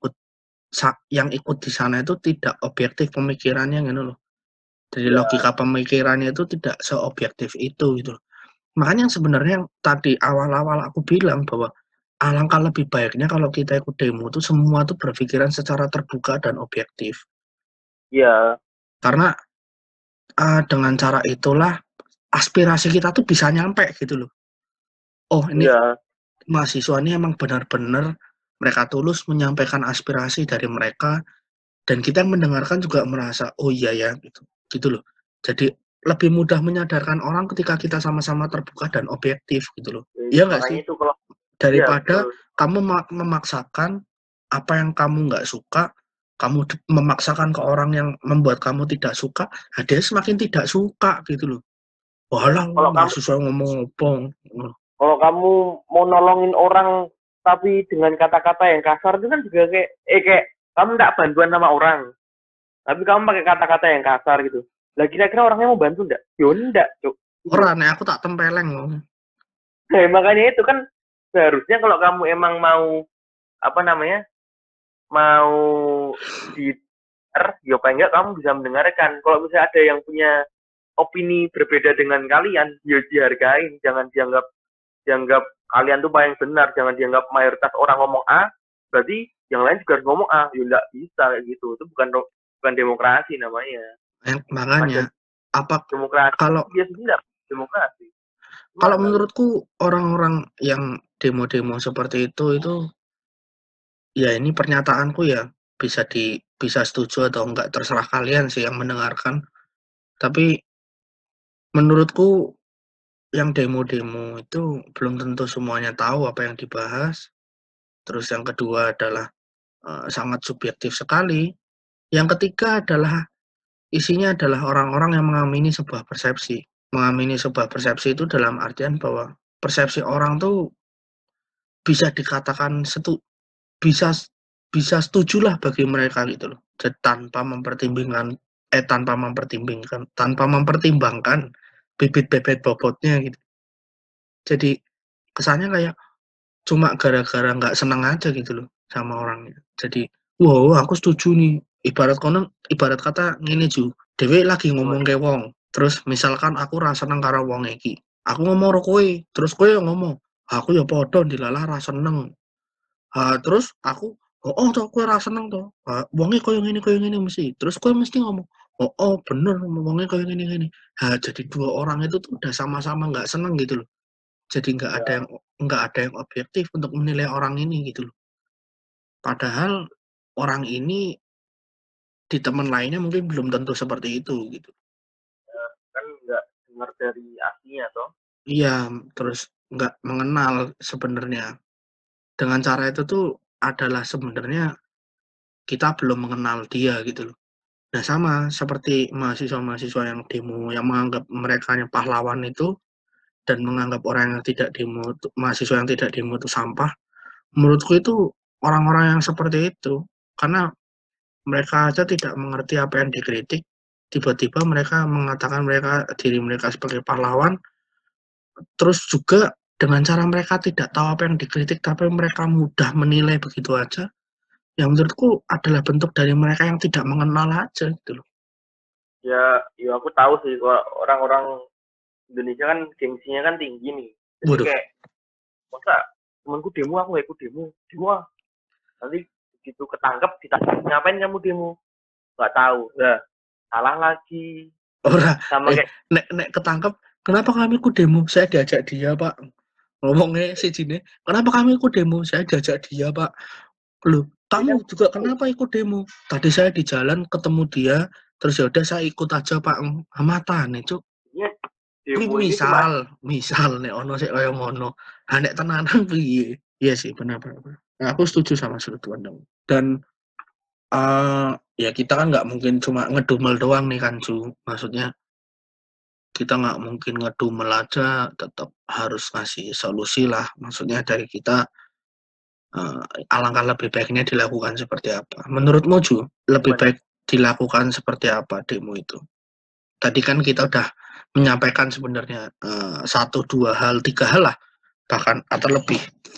yang ikut di sana itu tidak objektif pemikirannya gitu loh. Dari Ya, logika pemikirannya itu tidak seobjektif itu gitu loh. Makanya sebenarnya yang tadi awal-awal aku bilang bahwa alangkah lebih baiknya kalau kita ikut demo tuh semua tuh berpikiran secara terbuka dan objektif. iya, Karena, dengan cara itulah aspirasi kita tuh bisa nyampe gitu loh. Oh ini iya, mahasiswa ini emang benar-benar mereka tulus menyampaikan aspirasi dari mereka dan kita yang mendengarkan juga merasa, "Oh iya ya," gitu loh. Jadi lebih mudah menyadarkan orang ketika kita sama-sama terbuka dan objektif gitu loh. Iya nggak makanya sih? itu kalau iya betul. Daripada kamu memaksakan apa yang kamu nggak suka, kamu memaksakan ke orang yang membuat kamu tidak suka, nah dia semakin tidak suka gitu loh. Ya, "Walah mahasiswa ngomong apa," kalau kamu mau nolongin orang tapi dengan kata-kata yang kasar itu kan juga kayak kamu nggak bantuan sama orang, tapi kamu pakai kata-kata yang kasar gitu. Lah kira-kira orangnya mau bantu nggak? Yo nggak, cuk. Gitu. "Ora nek aku tak tempeleng loh." Nah, makanya itu kan seharusnya kalau kamu emang mau apa namanya mau di ya paling nggak kamu bisa mendengarkan. Kalau misalnya ada yang punya opini berbeda dengan kalian, ya dihargain. Jangan dianggap dianggap kalian tuh paling benar, jangan dianggap mayoritas orang ngomong A, berarti yang lain juga harus ngomong A. Ya nggak bisa kayak gitu. Itu bukan demokrasi namanya. Makanya Macam apa demokrasi kalau biasanya nggak demokrasi. kalau Gimana lu? menurutku orang-orang yang demo-demo seperti itu ya ini pernyataanku ya bisa setuju atau enggak terserah kalian sih yang mendengarkan. Tapi menurutku yang demo-demo itu belum tentu semuanya tahu apa yang dibahas. Terus yang kedua adalah, sangat subjektif sekali. Yang ketiga adalah isinya adalah orang-orang yang mengamini sebuah persepsi. Mengamini sebuah persepsi itu dalam artian bahwa persepsi orang tuh bisa dikatakan bisa bisa setujulah bagi mereka gitu loh. Tanpa mempertimbangkan bibit-bibit bobotnya gitu. Jadi kesannya kayak cuma gara-gara nggak seneng aja gitu loh sama orangnya. Jadi, "Wow, aku setuju nih." Ibarat kata ngene Ju, dhewe lagi Gimana? ngomongke wong, terus misalkan aku ra seneng karo wong iki, aku ngomong karo kowe, terus kowe yo ngomong, "Aku ya padha ndilalah ra seneng." Terus aku, "Heeh toh, kowe ra seneng toh, wonge koyo ngene mesti." Terus kowe mesti ngomong, "Heeh, bener wonge koyo ngene ngene." Jadi 2 orang itu tuh udah sama-sama nggak seneng gitu loh. Jadi Ya, nggak ada yang objektif untuk menilai orang ini gitu loh. Padahal orang ini di teman lainnya mungkin belum tentu seperti itu gitu. kan nggak dengar dari aslinya toh. Iya, terus nggak mengenal sebenarnya. Dengan cara itu tuh adalah sebenarnya kita belum mengenal dia gitu loh. Nah sama seperti mahasiswa-mahasiswa yang demo yang menganggap merekanya pahlawan itu dan menganggap orang yang tidak demo mahasiswa yang tidak demo itu sampah, menurutku itu orang-orang yang seperti itu. Karena mereka aja tidak mengerti apa yang dikritik, tiba-tiba mereka mengatakan diri mereka sebagai pahlawan, terus juga dengan cara mereka tidak tahu apa yang dikritik, tapi mereka mudah menilai begitu aja, yang menurutku adalah bentuk dari mereka yang tidak mengenal aja gitu loh. Ya aku tahu sih kalau orang-orang Indonesia kan gengsinya kan tinggi nih. Jadi Waduh, kayak masa temanku demo aku gak ikut demo ah. Nanti begitu ketangkep ditanya ngapain kamu demo, nggak tahu. Nah, salah lagi. ora, Sama kayak nek nek ketangkep, "Kenapa kami ikut demo? Saya diajak dia, Pak." Ngomongnya sijine, "Kenapa kami ikut demo? Saya diajak dia, Pak." Loh, dia kan kamu juga kenapa ikut demo? "Tadi saya di jalan ketemu dia, terus ya udah saya ikut aja, Pak." Matane, Cuk. dia Kuwi demo ini cuma misal nek ono sik kaya ngono. Nek tenanan piye? Iya sih, bener bener bener. Nah, aku setuju sama sudut pandang. Dan, ya kita kan nggak mungkin cuma ngedumel doang nih kan, Ju. Maksudnya kita nggak mungkin ngedumel aja, tetep harus ngasih solusi lah. Maksudnya dari kita, alangkah lebih baiknya dilakukan seperti apa. Menurutmu, Ju, lebih gimana? baik dilakukan seperti apa demo itu? Tadi kan kita udah menyampaikan sebenarnya 1, 2 hal, 3 hal lah bahkan atau lebih.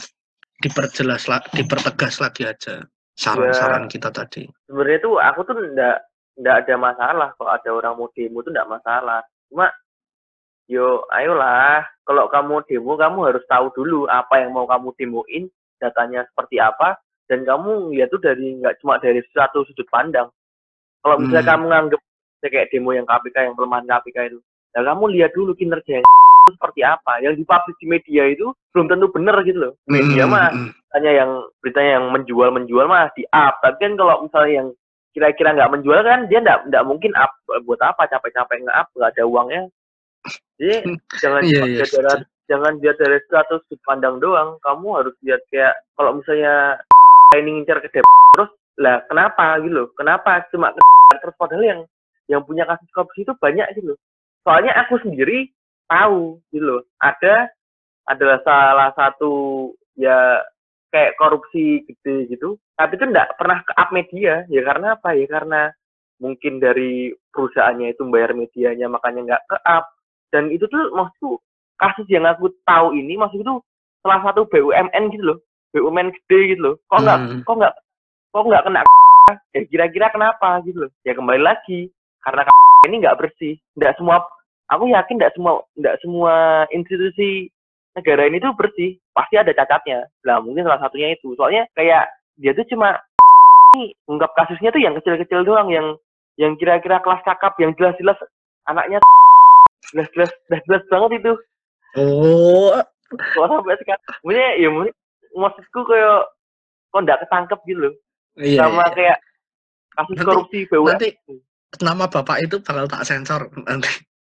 Dipertegas lagi aja saran-saran kita tadi. Sebenarnya tuh aku tuh ndak ada masalah kalau ada orang mau demo tuh ndak masalah. Cuma yo ayolah, kalau kamu demo kamu harus tahu dulu apa yang mau kamu demoin, datanya seperti apa, dan kamu lihat tuh nggak cuma dari satu sudut pandang. Kalau misalnya kamu nganggep kayak demo yang KPK, yang pelemahan KPK itu, nah kamu lihat dulu kinerja yang itu seperti apa. Yang dipublish di media itu belum tentu benar gitu loh. Media mah beritanya yang menjual mah di up. Tapi kan kalau misalnya yang kira-kira nggak menjual kan dia nggak mungkin up. Buat apa capek-capek nge-up, nggak ada uangnya. Jadi jangan lihat dari satu sudut pandang doang. Kamu harus lihat kayak kalau misalnya ini ngincar ke terus lah kenapa gitu loh, kenapa cuma terus padahal yang punya kasus korupsi itu banyak gitu loh. Soalnya aku sendiri tahu gitu loh, adalah salah satu ya kayak korupsi gede gitu, tapi itu enggak pernah ke up media. Ya karena apa ya, karena mungkin dari perusahaannya itu bayar medianya makanya nggak ke up. Dan itu tuh maksudku kasus yang aku tahu ini maksudku salah satu BUMN gitu loh, BUMN gede gitu loh. Kok nggak kena ya kira-kira kenapa gitu loh. Ya kembali lagi karena ini nggak bersih. Nggak semua, aku yakin nggak semua institusi negara ini tuh bersih, pasti ada cacatnya. Nah mungkin salah satunya itu, soalnya kayak dia tuh cuma ungkap kasusnya tuh yang kecil-kecil doang, yang kira-kira kelas kakap, yang jelas-jelas anaknya jelas banget itu. Oh, kok sampai sekarang maksudku kayak kok nggak ketangkep gitu loh. Sama kayak kasus korupsi BUMN. Nanti nama bapak itu bakal tak sensor nanti.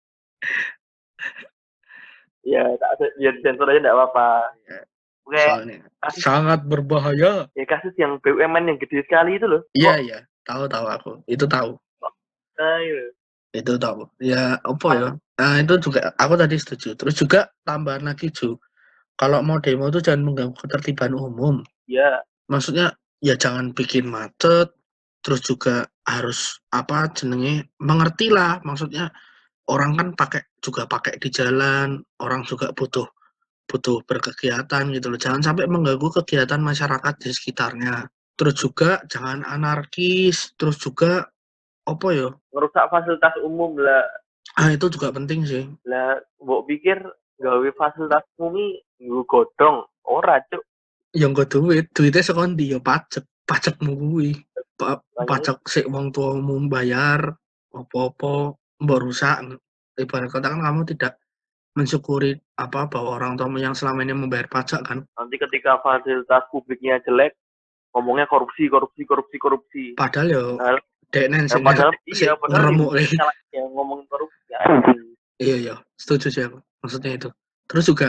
Ya sensor aja nggak apa-apa. Soalnya sangat berbahaya. Ya kasus yang BUMN yang gede sekali itu loh. Iya, tahu aku. Itu tahu. Itu tahu. Ya, apa ya? Nah, itu juga aku tadi setuju. Terus juga tambahan lagi, Ju. Kalau mau demo itu jangan mengganggu ketertiban umum. Iya. Maksudnya ya jangan bikin macet. Terus juga harus mengertilah. Maksudnya orang kan pakai di jalan, orang juga butuh berkegiatan gitu loh. Jangan sampai mengganggu kegiatan masyarakat di sekitarnya. Terus juga jangan anarkis. Terus juga apa ya? Merusak fasilitas umum lah. Itu juga penting sih. Lah, mbok pikir gawe fasilitas umum nggo godhong, ora, Cuk. Ya nggo duitnya sekondi ya pajakmu kuwi. Pajak sik wong tuamu bayar, apa-apa mbok rusak. Ibarat kata kan kamu tidak mensyukuri bahwa orang tuamu yang selama ini membayar pajak kan. Nanti ketika fasilitas publiknya jelek, ngomongnya korupsi. Padahal ya deknen sing padahal ngeremuk yang ngomong korupsi. Iya, setuju sih aku. Maksudnya itu. Terus juga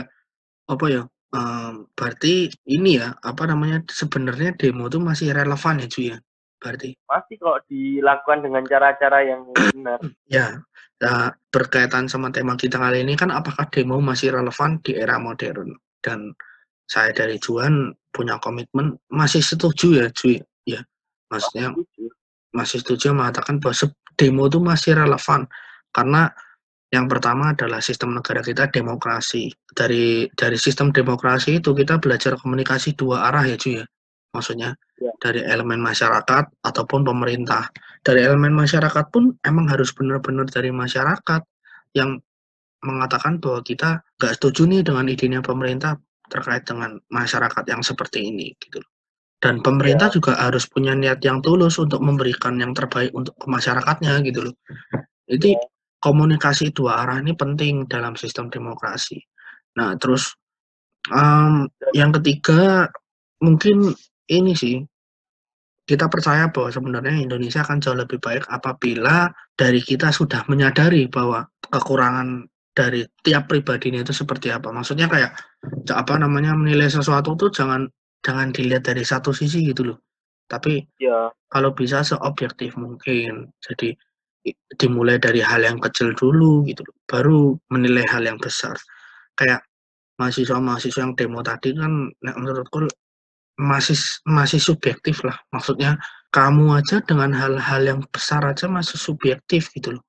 berarti ini ya, sebenarnya demo itu masih relevan ya, Ju ya? Berarti. Pasti kalau dilakukan dengan cara-cara yang benar. Ya, berkaitan sama tema kita kali ini kan apakah demo masih relevan di era modern? Dan saya dari Juan punya komitmen masih setuju ya, Ju. Ya, maksudnya masih setuju mengatakan bahwa demo itu masih relevan karena yang pertama adalah sistem negara kita demokrasi. Dari sistem demokrasi itu kita belajar komunikasi dua arah ya, Ju ya. Maksudnya dari elemen masyarakat ataupun pemerintah. Dari elemen masyarakat pun emang harus benar-benar dari masyarakat yang mengatakan bahwa kita nggak setuju nih dengan idenya pemerintah terkait dengan masyarakat yang seperti ini gitu. Dan pemerintah juga harus punya niat yang tulus untuk memberikan yang terbaik untuk masyarakatnya gitu loh. Jadi komunikasi dua arah ini penting dalam sistem demokrasi. Nah, terus yang ketiga mungkin ini sih, kita percaya bahwa sebenarnya Indonesia akan jauh lebih baik apabila dari kita sudah menyadari bahwa kekurangan dari tiap pribadinya itu seperti apa. Maksudnya kayak menilai sesuatu tuh jangan dilihat dari satu sisi gitu loh. Tapi kalau bisa seobjektif mungkin. Jadi dimulai dari hal yang kecil dulu gitu loh, baru menilai hal yang besar. Kayak mahasiswa yang demo tadi kan menurutku masih subjektif lah. Maksudnya kamu aja dengan hal-hal yang besar aja masih subjektif gitu loh.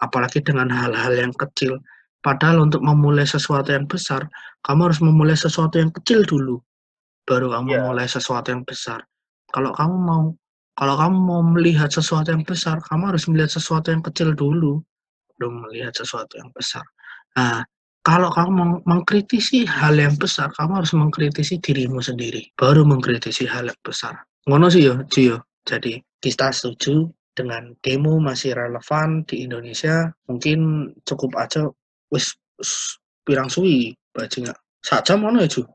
apalagi dengan hal-hal yang kecil. Padahal untuk memulai sesuatu yang besar, kamu harus memulai sesuatu yang kecil dulu, baru kamu Iya. mulai sesuatu yang besar. Kalau kamu mau kalau kamu mau melihat sesuatu yang besar, kamu harus melihat sesuatu yang kecil dulu, belum melihat sesuatu yang besar. Nah, kalau kamu mengkritisi hal yang besar, kamu harus mengkritisi dirimu sendiri, baru mengkritisi hal yang besar. Ngono sih yo, Ji yo. Jadi kita setuju dengan demo masih relevan di Indonesia, mungkin cukup aja wis pirang suwi bajingan. Sak jam ngono ya, Ju?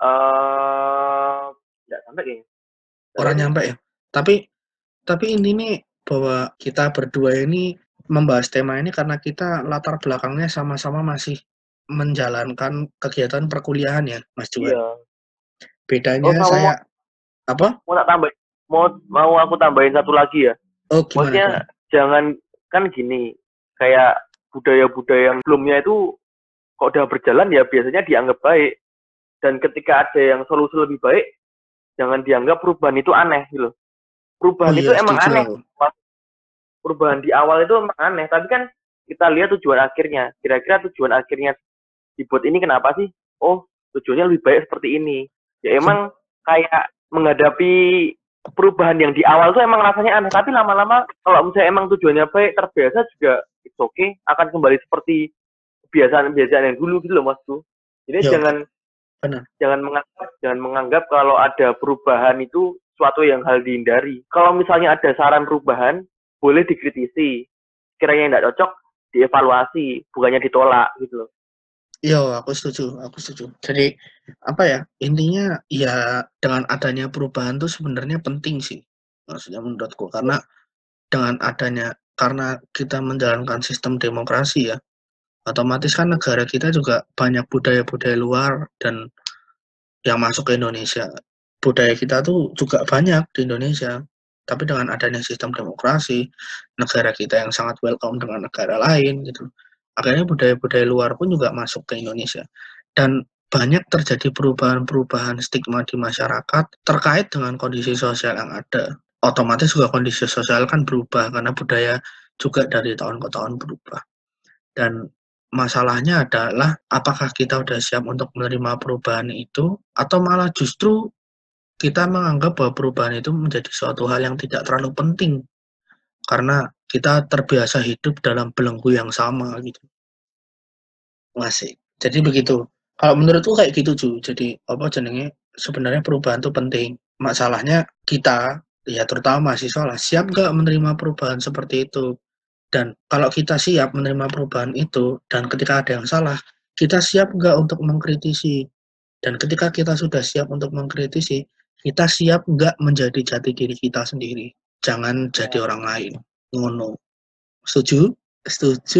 Nggak sampai kayaknya. Berapa Orang sih? nyampe ya. Tapi intinya bahwa kita berdua ini membahas tema ini karena kita latar belakangnya sama-sama masih menjalankan kegiatan perkuliahan ya, Mas Juan. Iya. Oh, Bedanya sama mau saya apa? mau tak tambah, mau aku tambahin satu lagi ya. Oh, gimana, Maksudnya gimana? jangan, kan gini, kayak budaya-budaya yang sebelumnya itu kok udah berjalan ya biasanya dianggap baik, dan ketika ada yang solusi lebih baik jangan dianggap perubahan itu aneh gitu. Oh Perubahan itu iya, emang setuju aneh. aku. Perubahan di awal itu emang aneh, tapi kan kita lihat tujuan akhirnya. Kira-kira tujuan akhirnya dibuat ini kenapa sih? Oh, tujuannya lebih baik seperti ini. Ya Se- emang kayak menghadapi perubahan yang di awal tuh emang rasanya aneh, tapi lama-lama kalau misalnya emang tujuannya baik, terbiasa juga it's okay, akan kembali seperti kebiasaan-kebiasaan yang dulu gitu loh Masku. Jadi Ya, jangan benar. jangan menganggap kalau ada perubahan itu suatu yang hal dihindari. Kalau misalnya ada saran perubahan, boleh dikritisi. Kiranya yang tidak cocok, dievaluasi, bukannya ditolak gitu loh. Iya, aku setuju, aku setuju. Jadi apa ya? Intinya ya dengan adanya perubahan tuh sebenarnya penting sih. Maksudnya menurutku karena kita menjalankan sistem demokrasi ya, otomatis kan negara kita juga banyak budaya-budaya luar dan yang masuk ke Indonesia. Budaya kita tuh juga banyak di Indonesia. Tapi dengan adanya sistem demokrasi, negara kita yang sangat welcome dengan negara lain gitu. Akhirnya budaya-budaya luar pun juga masuk ke Indonesia. Dan banyak terjadi perubahan-perubahan stigma di masyarakat terkait dengan kondisi sosial yang ada. Otomatis juga kondisi sosial kan berubah karena budaya juga dari tahun ke tahun berubah. Dan masalahnya adalah apakah kita udah siap untuk menerima perubahan itu atau malah justru kita menganggap bahwa perubahan itu menjadi suatu hal yang tidak terlalu penting karena kita terbiasa hidup dalam belenggu yang sama gitu. Masih. Jadi begitu. Kalau menurutku kayak gitu Ju. Jadi apa jenenge sebenarnya perubahan itu penting. Masalahnya kita ya terutama mahasiswa lah siap nggak menerima perubahan seperti itu. Dan kalau kita siap menerima perubahan itu, dan ketika ada yang salah, kita siap nggak untuk mengkritisi. Dan ketika kita sudah siap untuk mengkritisi, kita siap nggak menjadi jati diri kita sendiri. Jangan jadi Ya, orang lain. Ngono. Setuju? Setuju.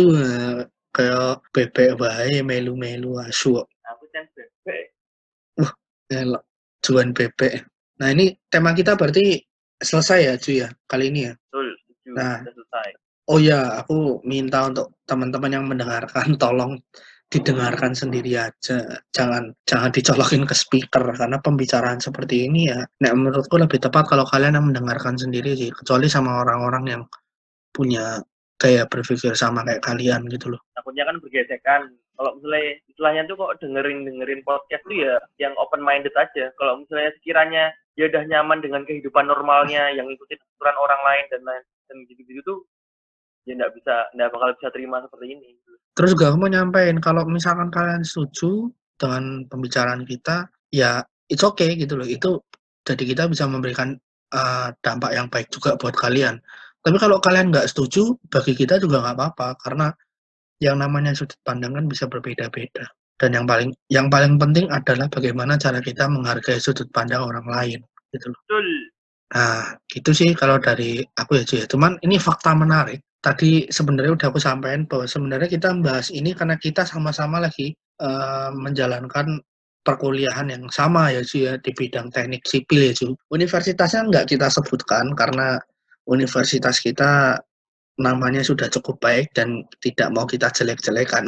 Kayak bebek wae melu-melu asu. aku kan bebek. Wah, elok. Juan bebek. Nah, ini tema kita berarti selesai ya, Ju ya, kali ini ya. Betul, setuju, Nah, sudah selesai. oh ya, aku minta untuk teman-teman yang mendengarkan, tolong didengarkan sendiri aja. Jangan jangan dicolokin ke speaker karena pembicaraan seperti ini ya. Nah, menurutku lebih tepat kalau kalian yang mendengarkan sendiri sih, kecuali sama orang-orang yang punya kayak berpikir sama kayak kalian gitu loh. Takutnya kan bergesekan. Kalau misalnya istilahnya tuh kok dengerin podcast tuh ya yang open minded aja. Kalau misalnya sekiranya dia udah nyaman dengan kehidupan normalnya yang ikutin aturan orang lain dan gitu-gitu tuh ya nggak bakal bisa terima seperti ini. Terus juga aku mau nyampein kalau misalkan kalian setuju dengan pembicaraan kita, ya it's okay gitu loh. Itu jadi kita bisa memberikan dampak yang baik juga buat kalian. Tapi kalau kalian nggak setuju, bagi kita juga nggak apa-apa karena yang namanya sudut pandang kan bisa berbeda-beda. Dan yang paling penting adalah bagaimana cara kita menghargai sudut pandang orang lain gitu loh. Betul. Nah, gitu sih kalau dari aku ya, Cuy. Cuman ini fakta menarik. Tadi sebenarnya udah aku sampaikan bahwa sebenarnya kita membahas ini karena kita sama-sama lagi menjalankan perkuliahan yang sama ya, Cuy ya, di bidang teknik sipil ya, Cuy. Universitasnya nggak kita sebutkan karena universitas kita namanya sudah cukup baik dan tidak mau kita jelek-jelekan.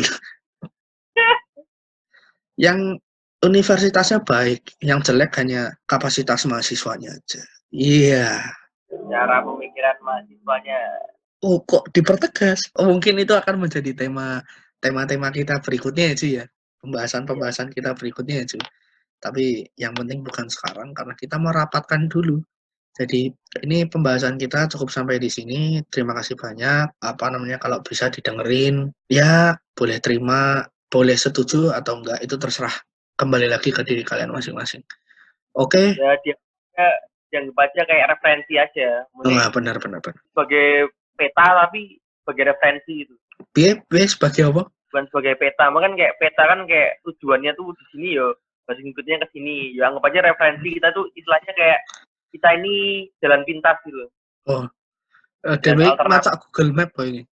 Yang universitasnya baik, yang jelek hanya kapasitas mahasiswanya aja. Iya. Cara pemikiran mahasiswanya. Oh, kok dipertegas? Oh, mungkin itu akan menjadi tema-tema kita berikutnya ya, Ju, ya. Pembahasan-pembahasan kita berikutnya ya, Ju. Tapi yang penting bukan sekarang karena kita mau rapatkan dulu. Jadi ini pembahasan kita cukup sampai di sini. Terima kasih banyak. Kalau bisa didengerin, ya boleh terima, boleh setuju atau enggak itu terserah. Kembali lagi ke diri kalian masing-masing. Oke. Ya dia yang baca kayak referensi aja. Nah, benar. Sebagai peta tapi sebagai referensi itu. Biar sebagai apa? Bukan sebagai peta, kan kayak peta kan kayak tujuannya tuh di sini ya, harus ngikutnya ke sini. Ya anggap aja referensi kita tuh istilahnya kayak kita ini jalan pintas gitu. Oh, Dan Dewi alternatif maca Google Map kok ini.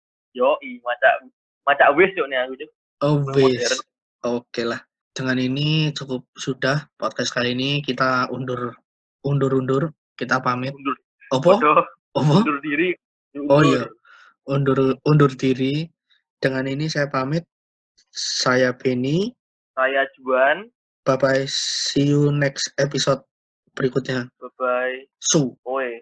maca wis yo nih aku tuh. Oh, Modern. wis. Oke lah. Dengan ini cukup sudah podcast kali ini kita undur. Kita pamit. Bodoh. Apa? Undur diri. Oh iya, undur diri. Dengan ini saya pamit. Saya Benny. Saya Juan. Bye bye. See you next episode berikutnya. Bye bye. Su. Oi.